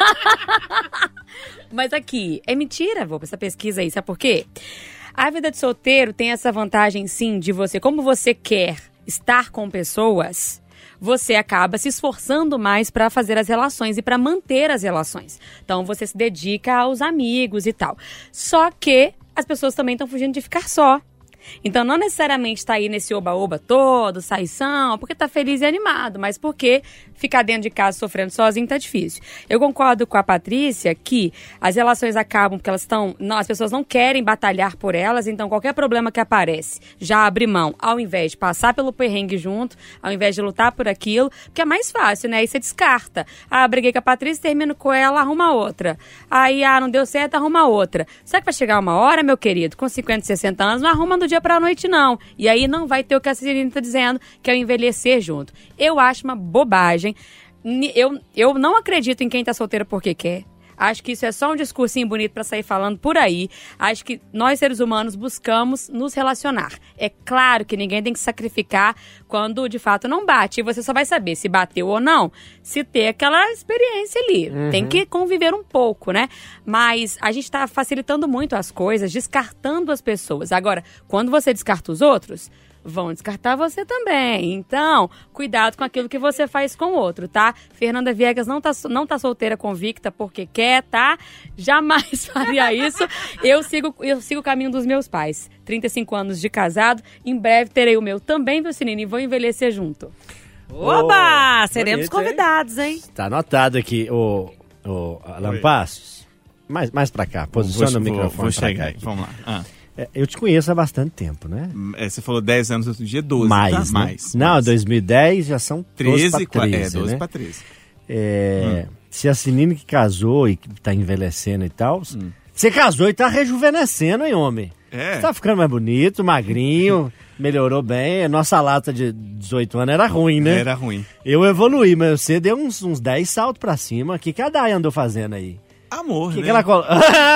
S5: Mas aqui, é mentira, vou pra essa pesquisa aí, sabe por quê? A vida de solteiro tem essa vantagem, sim, de você, como você quer estar com pessoas, você acaba se esforçando mais para fazer as relações e para manter as relações. Então, você se dedica aos amigos e tal. Só que as pessoas também estão fugindo de ficar só. Então, não necessariamente está aí nesse oba-oba todo, saição, porque tá feliz e animado, mas porque ficar dentro de casa sofrendo sozinho tá difícil. Eu concordo com a Patrícia que as relações acabam porque elas estão... Não, as pessoas não querem batalhar por elas, então qualquer problema que aparece, já abre mão, ao invés de passar pelo perrengue junto, ao invés de lutar por aquilo, porque é mais fácil, né? Aí você descarta. Ah, briguei com a Patrícia, termino com ela, arruma outra. Aí, ah, não deu certo, arruma outra. Será que vai chegar uma hora, meu querido, com cinquenta, sessenta anos, não arruma do dia pra noite, não. E aí não vai ter o que a Cirine tá dizendo, que é o envelhecer junto. Eu acho uma bobagem. Eu, eu não acredito em quem tá solteiro porque quer. Acho que isso é só um discursinho bonito pra sair falando por aí. Acho que nós, seres humanos, buscamos nos relacionar. É claro que ninguém tem que sacrificar quando, de fato, não bate. E você só vai saber se bateu ou não, se ter aquela experiência ali.
S2: Uhum.
S5: Tem que conviver um pouco, né? Mas a gente tá facilitando muito as coisas, descartando as pessoas. Agora, quando você descarta os outros, vão descartar você também. Então, cuidado com aquilo que você faz com o outro, tá? Fernanda Viegas não tá, não tá solteira convicta porque quer, tá? Jamais faria isso. Eu sigo, eu sigo o caminho dos meus pais. trinta e cinco anos de casado. Em breve terei o meu também, viu, Sinine? E vou envelhecer junto.
S4: Oba!
S2: Oh,
S4: Seremos
S2: bonito, hein?
S4: convidados, hein?
S2: Tá anotado aqui, o, o Alan
S3: Oi.
S2: Passos. Mais, mais pra cá, posiciona
S3: Vou-
S2: o
S3: vou-
S2: microfone
S3: Vou
S2: pra
S3: chegar
S2: cá
S3: aí,
S2: aqui.
S3: vamos lá. Ah.
S2: É, eu te conheço há bastante tempo, né?
S3: É, você falou dez anos, outro dia doze,
S2: mais,
S3: tá?
S2: né?
S3: Mais.
S2: Não,
S3: mais.
S2: dois mil e dez já são doze
S3: treze,
S2: pra treze,
S3: é, doze
S2: né?
S3: pra treze.
S2: É, Se a Sinine que casou e que tá envelhecendo e tal,
S3: Hum.
S2: Você casou e tá rejuvenescendo, hein, homem?
S3: É.
S2: Você tá ficando mais bonito, magrinho, melhorou bem. Nossa lata de dezoito anos era ruim, né?
S3: Era ruim.
S2: Eu evoluí, mas você deu uns, uns dez saltos pra cima. O que, que a Day andou fazendo aí?
S3: Amor,
S2: que
S3: né?
S2: Que ela colo...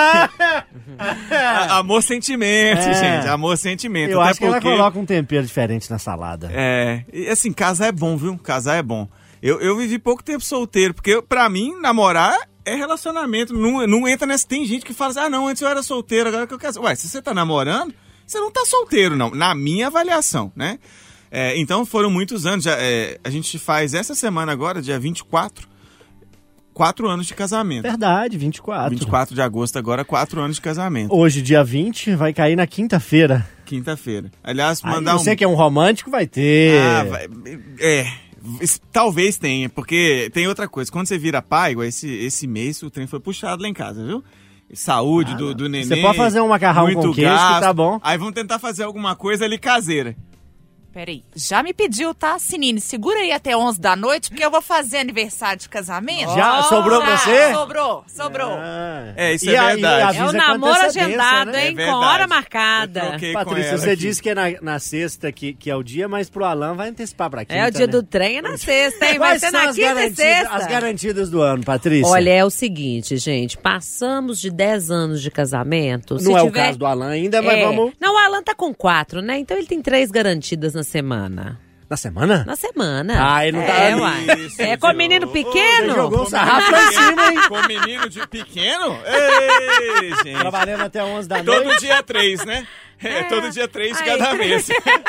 S3: Amor sentimento,
S2: É.
S3: gente. Amor sentimento.
S2: Eu
S3: Até
S2: acho que ela
S3: porque-
S2: coloca um tempero diferente na salada.
S3: É, e assim, casar é bom, viu? Casar é bom. Eu, eu vivi pouco tempo solteiro, porque eu, pra mim, namorar é relacionamento. Não, não entra nessa. Tem gente que fala assim, ah, não, antes eu era solteiro, agora que eu quero. Ué, se você tá namorando, você não tá solteiro, não. Na minha avaliação, né? É, então foram muitos anos. Já, é, a gente faz essa semana agora, dia vinte e quatro, quatro anos de casamento.
S2: Verdade, vinte e quatro.
S3: vinte e quatro de agosto agora, quatro anos de casamento.
S2: Hoje, dia vinte, vai cair na quinta-feira.
S3: Quinta-feira. Aliás,
S2: Aí
S3: mandar um...
S2: você que é um romântico vai ter.
S3: Ah, vai, é, talvez tenha, porque tem outra coisa. Quando você vira pai, igual esse, esse mês o trem foi puxado lá em casa, viu? Saúde
S2: Ah,
S3: do, do neném.
S2: você pode fazer um macarrão
S3: muito
S2: com queijo
S3: gasto.
S2: que tá bom.
S3: Aí vamos tentar fazer alguma coisa ali caseira.
S9: Peraí, já me pediu, tá, Sinine? Segura aí até onze da noite, porque eu vou fazer aniversário de casamento.
S2: Já? Sobrou pra
S9: Já,
S2: você?
S9: Sobrou, sobrou.
S2: Ah.
S3: É, isso
S2: E
S3: é
S2: a- e
S3: verdade.
S2: avisa
S4: É o
S2: com
S4: namoro
S2: antecedência,
S4: agendado,
S2: né?
S4: hein?
S3: É
S4: Com
S3: verdade.
S4: hora
S3: Eu
S4: marcada.
S3: troquei com
S2: Patrícia,
S3: ela
S2: você
S3: aqui.
S2: disse que é na, na sexta que, que é o dia, mas pro Alan vai antecipar pra quinta,
S4: É, o dia
S2: né?
S4: do trem é na sexta, hein? Vai
S2: Quais
S4: ser
S2: são
S4: na
S2: as
S4: quinta e
S2: garantidas,
S4: sexta.
S2: as garantidas do ano, Patrícia?
S4: Olha, é o seguinte, gente. Passamos de dez anos de casamento.
S2: não
S4: Se
S2: é o
S4: tiver-
S2: caso do Alan ainda, mas
S4: É.
S2: vamos...
S4: Não, o Alan tá com quatro, né? Então ele tem três garantidas na semana.
S2: Na semana?
S4: Na semana.
S2: Ah, ele não tá
S4: é,
S2: ali.
S4: uai.
S3: Isso,
S4: É com
S3: Diogo.
S4: menino
S3: Ô,
S4: pequeno?
S2: Você jogou o
S3: Com
S2: sarrafo lá em cima, hein?
S3: Com menino de pequeno? Ei, gente.
S2: Trabalhando até onze da noite.
S3: Todo dia três, né? É, todo dia três de
S4: Aí-
S3: cada mês.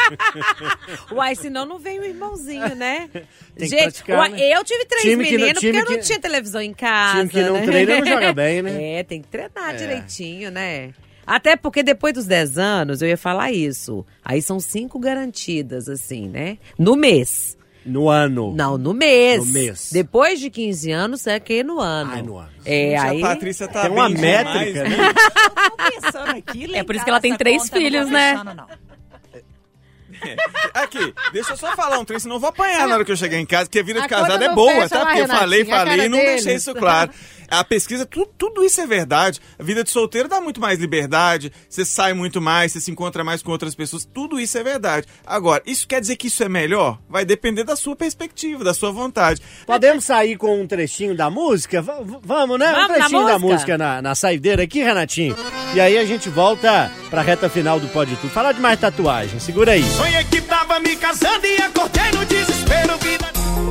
S4: Uai, senão não vem o irmãozinho, né?
S2: Tem que
S4: Gente,
S2: praticar,
S4: uai,
S2: né?
S4: eu tive três
S2: Time que não-
S4: meninos
S2: time
S4: porque eu não
S2: que-
S4: tinha televisão em casa.
S2: time que não
S4: né?
S2: treina não joga bem, né?
S4: É, tem que treinar direitinho, né? Até porque depois dos dez anos, eu ia falar isso. Aí são cinco garantidas, assim, né? No mês.
S2: No ano.
S4: Não, no mês.
S2: No mês.
S4: Depois de quinze anos, é que no ano.
S2: Ai, no ano.
S4: É,
S3: Gente,
S4: aí...
S3: A Patrícia tá
S2: Tem uma
S3: bem
S2: métrica,
S3: demais,
S2: né?
S9: Tô pensando aqui,
S5: É por isso que ela tem três filhos, né?
S9: Não, não.
S3: Aqui, deixa eu só falar um trem, senão eu vou apanhar na hora que eu chegar em casa, porque a vida de
S6: A
S3: casado
S6: conta
S3: é
S6: não
S3: boa,
S6: fecha
S3: tá?
S6: lá,
S3: Porque eu falei,
S6: Renatinho, a
S3: falei
S6: cara
S3: e não
S6: deles.
S3: deixei isso claro. A pesquisa, tudo, tudo isso é verdade. A vida de solteiro dá muito mais liberdade, você sai muito mais, você se encontra mais com outras pessoas, tudo isso é verdade. Agora, isso quer dizer que isso é melhor? Vai depender da sua perspectiva, da sua vontade.
S2: Podemos sair com um trechinho da música? V- v- vamos, né?
S4: Vamos
S2: um
S4: na
S2: trechinho da
S4: música?
S2: música na, na saideira aqui, Renatinho. E aí a gente volta pra reta final do Pode Tudo. Falar de mais tatuagem, segura aí.
S8: Sonhei que tava me casando e acordei no desespero, vida.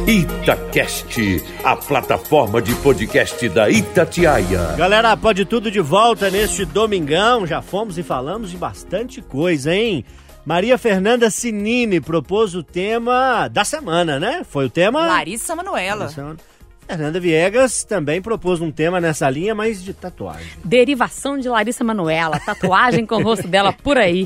S1: Itacast, a plataforma de podcast da Itatiaia.
S2: Galera, Pode Tudo de volta neste domingão. Já fomos e falamos de bastante coisa, hein? Maria Fernanda Sinini propôs o tema da semana, né? Foi o tema...
S9: Larissa Manoela.
S2: Fernanda Viegas também propôs um tema nessa linha, mas de tatuagem.
S5: Derivação de Larissa Manoela, tatuagem com o rosto dela por aí.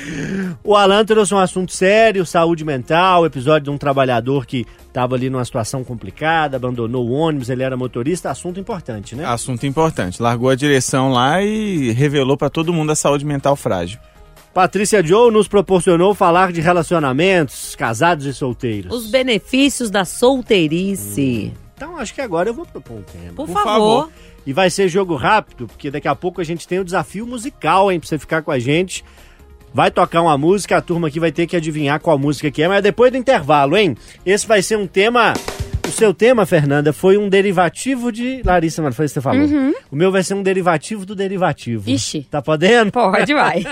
S2: O Alan trouxe um assunto sério, saúde mental, episódio de um trabalhador que estava ali numa situação complicada, abandonou o ônibus, ele era motorista, assunto importante, né?
S3: Assunto importante. Largou a direção lá e revelou pra todo mundo a saúde mental frágil.
S2: Patrícia Joe nos proporcionou falar de relacionamentos, casados e solteiros.
S4: Os benefícios da solteirice.
S2: Então acho que agora eu vou propor um tema.
S4: Por,
S3: Por
S4: favor.
S3: favor.
S2: E vai ser jogo rápido, porque daqui a pouco a gente tem o desafio musical, hein, pra você ficar com a gente. Vai tocar uma música, a turma aqui vai ter que adivinhar qual música que é, mas é depois do intervalo, hein? Esse vai ser um tema... O seu tema, Fernanda, foi um derivativo de Larissa, mano, foi isso que você falou.
S5: Uhum.
S2: O meu vai ser um derivativo do derivativo.
S5: Ixi.
S2: Tá podendo?
S5: Pode, vai.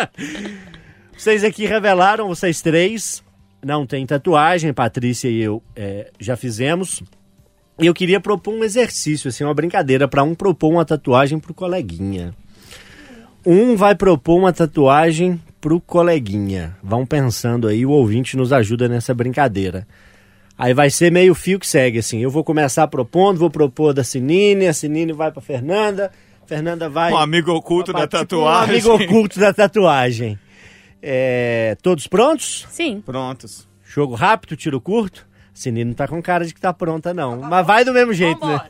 S2: Vocês aqui revelaram, vocês três, não tem tatuagem, Patrícia e eu é, já fizemos. E eu queria propor um exercício, assim, uma brincadeira, para um propor uma tatuagem pro coleguinha. Um vai propor uma tatuagem pro coleguinha. Vão pensando aí, o ouvinte nos ajuda nessa brincadeira. Aí vai ser meio fio que segue, assim. Eu vou começar propondo, vou propor da Sinine, a Sinine vai pra Fernanda, Fernanda vai...
S3: Um amigo oculto da
S2: Tipo,
S3: tatuagem.
S2: Um amigo oculto da tatuagem. É, todos prontos?
S5: Sim.
S3: Prontos.
S2: Jogo rápido, tiro curto? Sinine não tá com cara de que tá pronta, não. Mas vai do mesmo jeito, né?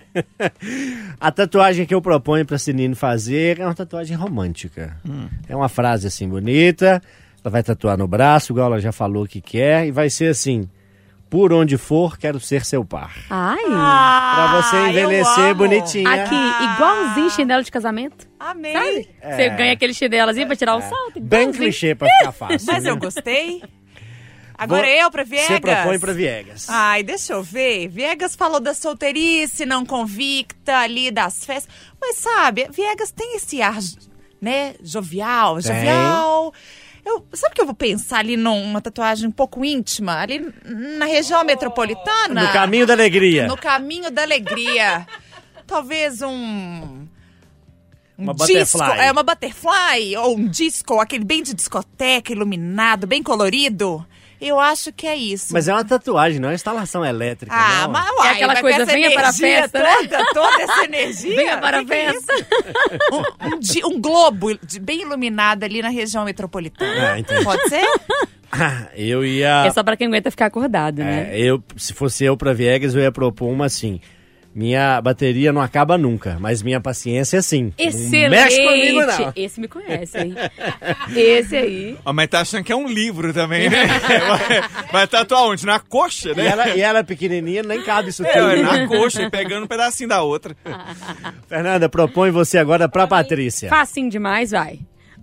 S2: A tatuagem que eu proponho pra Sinine fazer é uma tatuagem romântica. Hum. É uma frase assim bonita. Ela vai tatuar no braço, igual ela já falou que quer. E vai ser assim: Por onde for, quero ser seu par.
S5: Ai.
S9: Ah,
S2: Pra você envelhecer bonitinha.
S5: Aqui, igualzinho chinelo de casamento.
S9: Amei.
S5: Sabe?
S2: É.
S5: Você ganha aquele chinelozinho pra tirar o salto.
S2: Bem
S5: igualzinho.
S2: clichê pra ficar fácil.
S9: Mas
S2: né?
S9: eu gostei. Agora
S2: Vou-
S9: eu pra Viegas.
S2: Você propõe pra Viegas.
S9: Ai, deixa eu ver. Viegas falou da solteirice, não convicta ali das festas. Mas sabe, Viegas tem esse ar, né, jovial,
S2: Tem.
S9: jovial. Eu, sabe que eu vou pensar ali numa tatuagem um pouco íntima, ali na região metropolitana?
S2: No caminho da alegria.
S9: No caminho da alegria. Talvez um... um
S2: Uma
S9: disco,
S2: butterfly.
S9: é uma butterfly, ou um disco, aquele bem de discoteca, iluminado, bem colorido. Eu acho que é isso.
S2: Mas é uma tatagem, não é uma instalação elétrica.
S9: Ah,
S2: não.
S9: mas uai,
S5: É aquela
S9: vai
S5: coisa,
S9: com essa
S5: venha para a
S9: energia
S5: festa, né?
S9: toda, toda essa energia.
S5: Venha para a
S9: Que que é
S5: festa.
S9: isso? um, um di- um globo de- bem iluminado ali na região metropolitana.
S2: Ah, entendi.
S9: Pode ser?
S2: Eu ia...
S5: É só pra quem aguenta ficar acordado, né?
S2: É, eu, se fosse eu pra Viegas, eu ia propor uma assim. Minha bateria não acaba nunca, mas minha paciência é sim.
S5: Excelente!
S2: Não mexe comigo, não.
S5: Esse me conhece, hein? Esse aí.
S3: Ó, mas tá achando que é um livro também, né? vai, vai tatuar onde? Na coxa,
S2: E
S3: né?
S2: ela, e ela é pequenininha, nem cabe isso
S3: É,
S2: tudo.
S3: na coxa, pegando um pedacinho da outra.
S2: Fernanda, propõe você agora pra Patrícia.
S5: Facinho demais, vai.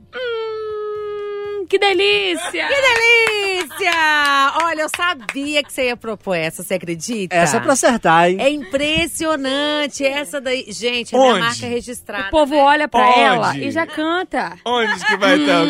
S5: Hum, que delícia!
S4: Que delícia! Olha, eu sabia que você ia propor essa, você acredita?
S2: Essa é pra acertar, hein?
S4: É impressionante essa daí. Gente, é minha
S3: Onde?
S4: marca registrada.
S5: O povo
S4: né?
S5: olha pra
S3: Onde?
S5: ela e já canta.
S3: Onde que vai estar?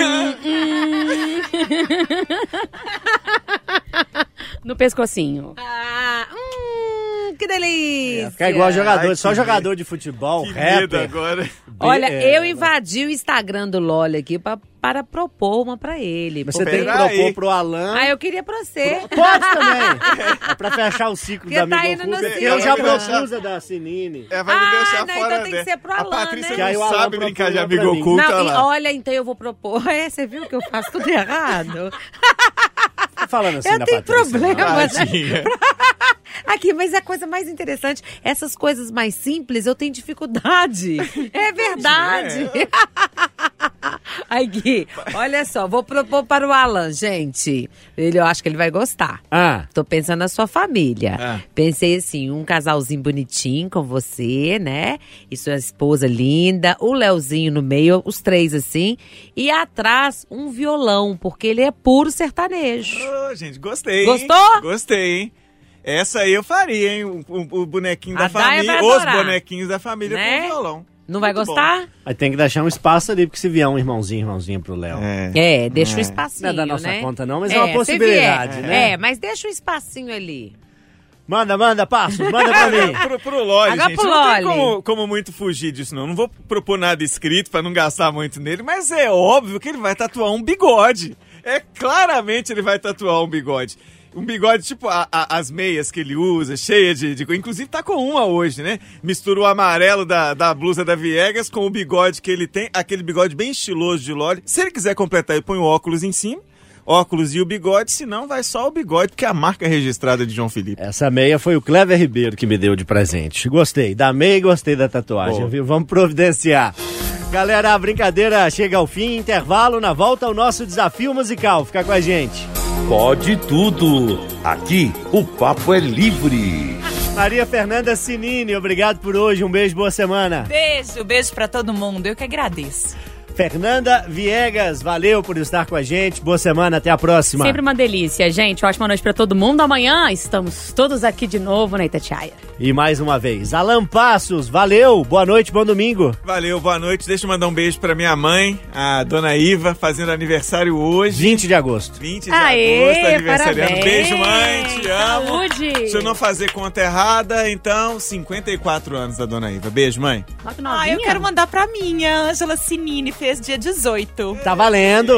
S5: No pescocinho.
S4: Ah, hum, que delícia!
S2: Fica igual jogador,
S3: Ai,
S2: só
S3: que
S2: jogador de futebol,
S3: Que medo
S2: rapper.
S3: agora.
S4: Olha,
S2: É,
S4: eu invadi o Instagram do Loli aqui pra, para propor uma pra ele.
S2: Você
S4: porque-
S2: tem que
S3: Pera
S2: propor
S3: aí.
S2: pro Alan.
S4: Ah, eu queria pra você.
S2: Pode também. É pra fechar o ciclo
S4: Porque
S2: da
S4: tá
S2: Amigo
S4: indo no
S2: Oculto.
S4: ciclo.
S2: Eu já
S3: Ela vai
S2: propus a da Sinine.
S3: É, vai me
S4: Ah,
S3: deixar
S4: não,
S3: fora
S4: então tem que
S3: dessa.
S4: ser pro
S3: A
S4: Alan,
S3: Patrícia
S4: né?
S2: Que aí o
S3: não
S2: Alan
S3: sabe brincar de
S2: procurou
S3: amigo
S2: pra mim.
S3: oculto,
S4: Não,
S3: olha
S4: e
S3: lá.
S4: olha, então eu vou propor. É, você viu que eu faço tudo errado?
S2: Tá falando assim
S4: Eu
S2: da
S4: tenho
S2: Patrícia. não.
S4: problemas.
S3: Tadinha.
S4: Aqui, mas a coisa mais interessante, essas coisas mais simples eu tenho dificuldade. É verdade. Aí, Gui, olha só, vou propor para o Alan, gente. Ele, eu acho que ele vai gostar.
S2: Ah,
S4: Tô pensando na sua família.
S3: Ah.
S4: Pensei assim, um casalzinho bonitinho com você, né? E sua esposa linda, o Leozinho no meio, os três assim. E atrás, um violão, porque ele é puro sertanejo.
S3: Ô, gente, gostei. hein?
S4: Gostou?
S3: Gostei, hein? Essa aí eu faria, hein? O, o- o bonequinho
S4: A
S3: da
S4: Daya
S3: família,
S4: vai
S3: os
S4: adorar.
S3: bonequinhos da família
S4: Né?
S3: com violão.
S4: Não vai
S3: Muito bom.
S4: gostar?
S2: mas tem que deixar um espaço ali, porque se vier um irmãozinho, irmãozinha pro Léo.
S4: É, deixa um espacinho,
S2: Não é da nossa
S4: né?
S2: conta não, mas é uma
S4: se
S2: possibilidade,
S4: vier.
S2: né?
S4: É, mas deixa um espacinho ali.
S2: Manda, manda, Passos, manda pra mim.
S3: Pro, pro Loli,
S4: Agora
S3: gente,
S4: pro
S3: não tem
S4: Loli.
S3: como, como muito fugir disso, não. Não vou propor nada escrito pra não gastar muito nele, mas é óbvio que ele vai tatuar um bigode. É claramente ele vai tatuar um bigode. Um bigode tipo a- a- as meias que ele usa, cheia de, de... Inclusive tá com uma hoje, né? Mistura o amarelo da, da blusa da Viegas com o bigode que ele tem, aquele bigode bem estiloso de Loli. Se ele quiser completar, ele põe o óculos em cima. Óculos e o bigode, senão vai só o bigode, porque é a marca registrada de João Felipe.
S2: Essa meia foi o Clever Ribeiro que me deu de presente. Gostei da meia e gostei da tatuagem,
S3: Boa.
S2: viu? Vamos providenciar. Galera, a brincadeira chega ao fim, intervalo, na volta o nosso desafio musical. Fica com a gente.
S1: Pode tudo. Aqui o papo é livre.
S2: Maria Fernanda Sinini, obrigado por hoje. Um beijo, boa semana.
S9: Beijo, beijo pra todo mundo. Eu que agradeço.
S2: Fernanda Viegas, valeu por estar com a gente. Boa semana, até a próxima.
S5: Sempre uma delícia, gente. Ótima noite pra todo mundo. Amanhã estamos todos aqui de novo na Itatiaia.
S2: E mais uma vez, Alan Passos, valeu. Boa noite, bom domingo.
S3: Valeu, boa noite. Deixa eu mandar um beijo pra minha mãe, a dona Iva, fazendo aniversário hoje.
S2: vinte de agosto.
S3: vinte de
S5: Aê,
S3: agosto, aniversariando.
S5: parabéns.
S3: Beijo, mãe, te amo.
S5: Saúde.
S3: Se eu não fazer conta errada, então, cinquenta e quatro anos da dona Iva. Beijo, mãe.
S5: Olha que
S9: Ah,
S5: novinha.
S9: eu quero mandar pra minha. Ângela Sinini fez dia dezoito.
S2: Tá valendo.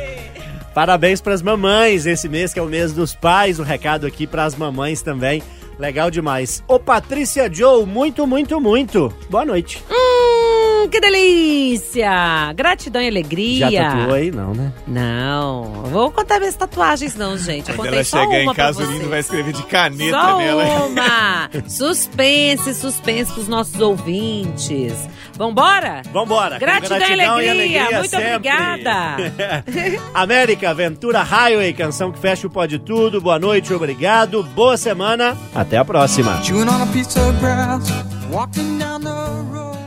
S2: Parabéns pras mamães, esse mês que é o mês dos pais. O recado aqui pras mamães também. Legal demais. Ô, Patrícia Joe, muito, muito, muito. Boa noite.
S4: Hum, Hum, que delícia! Gratidão e alegria.
S2: Já tatuou aí? Não, né?
S4: Não, eu vou contar minhas tatuagens não, gente. Eu
S3: Quando
S4: contei
S3: ela
S4: só
S3: chegar
S4: uma
S3: em casa,
S4: pra
S3: o Lindo
S4: vocês.
S3: vai escrever de caneta
S4: Só
S3: nela.
S4: uma! Suspense, suspense pros nossos ouvintes. Vambora?
S2: Vambora.
S4: Gratidão,
S2: Gratidão
S4: e alegria.
S2: e alegria
S4: Muito
S2: sempre.
S4: obrigada.
S2: América, Ventura Highway, canção que fecha o Pode Tudo. Boa noite, obrigado. Boa semana. Até a próxima.
S10: Chewing on a piece of grass, walking down the road.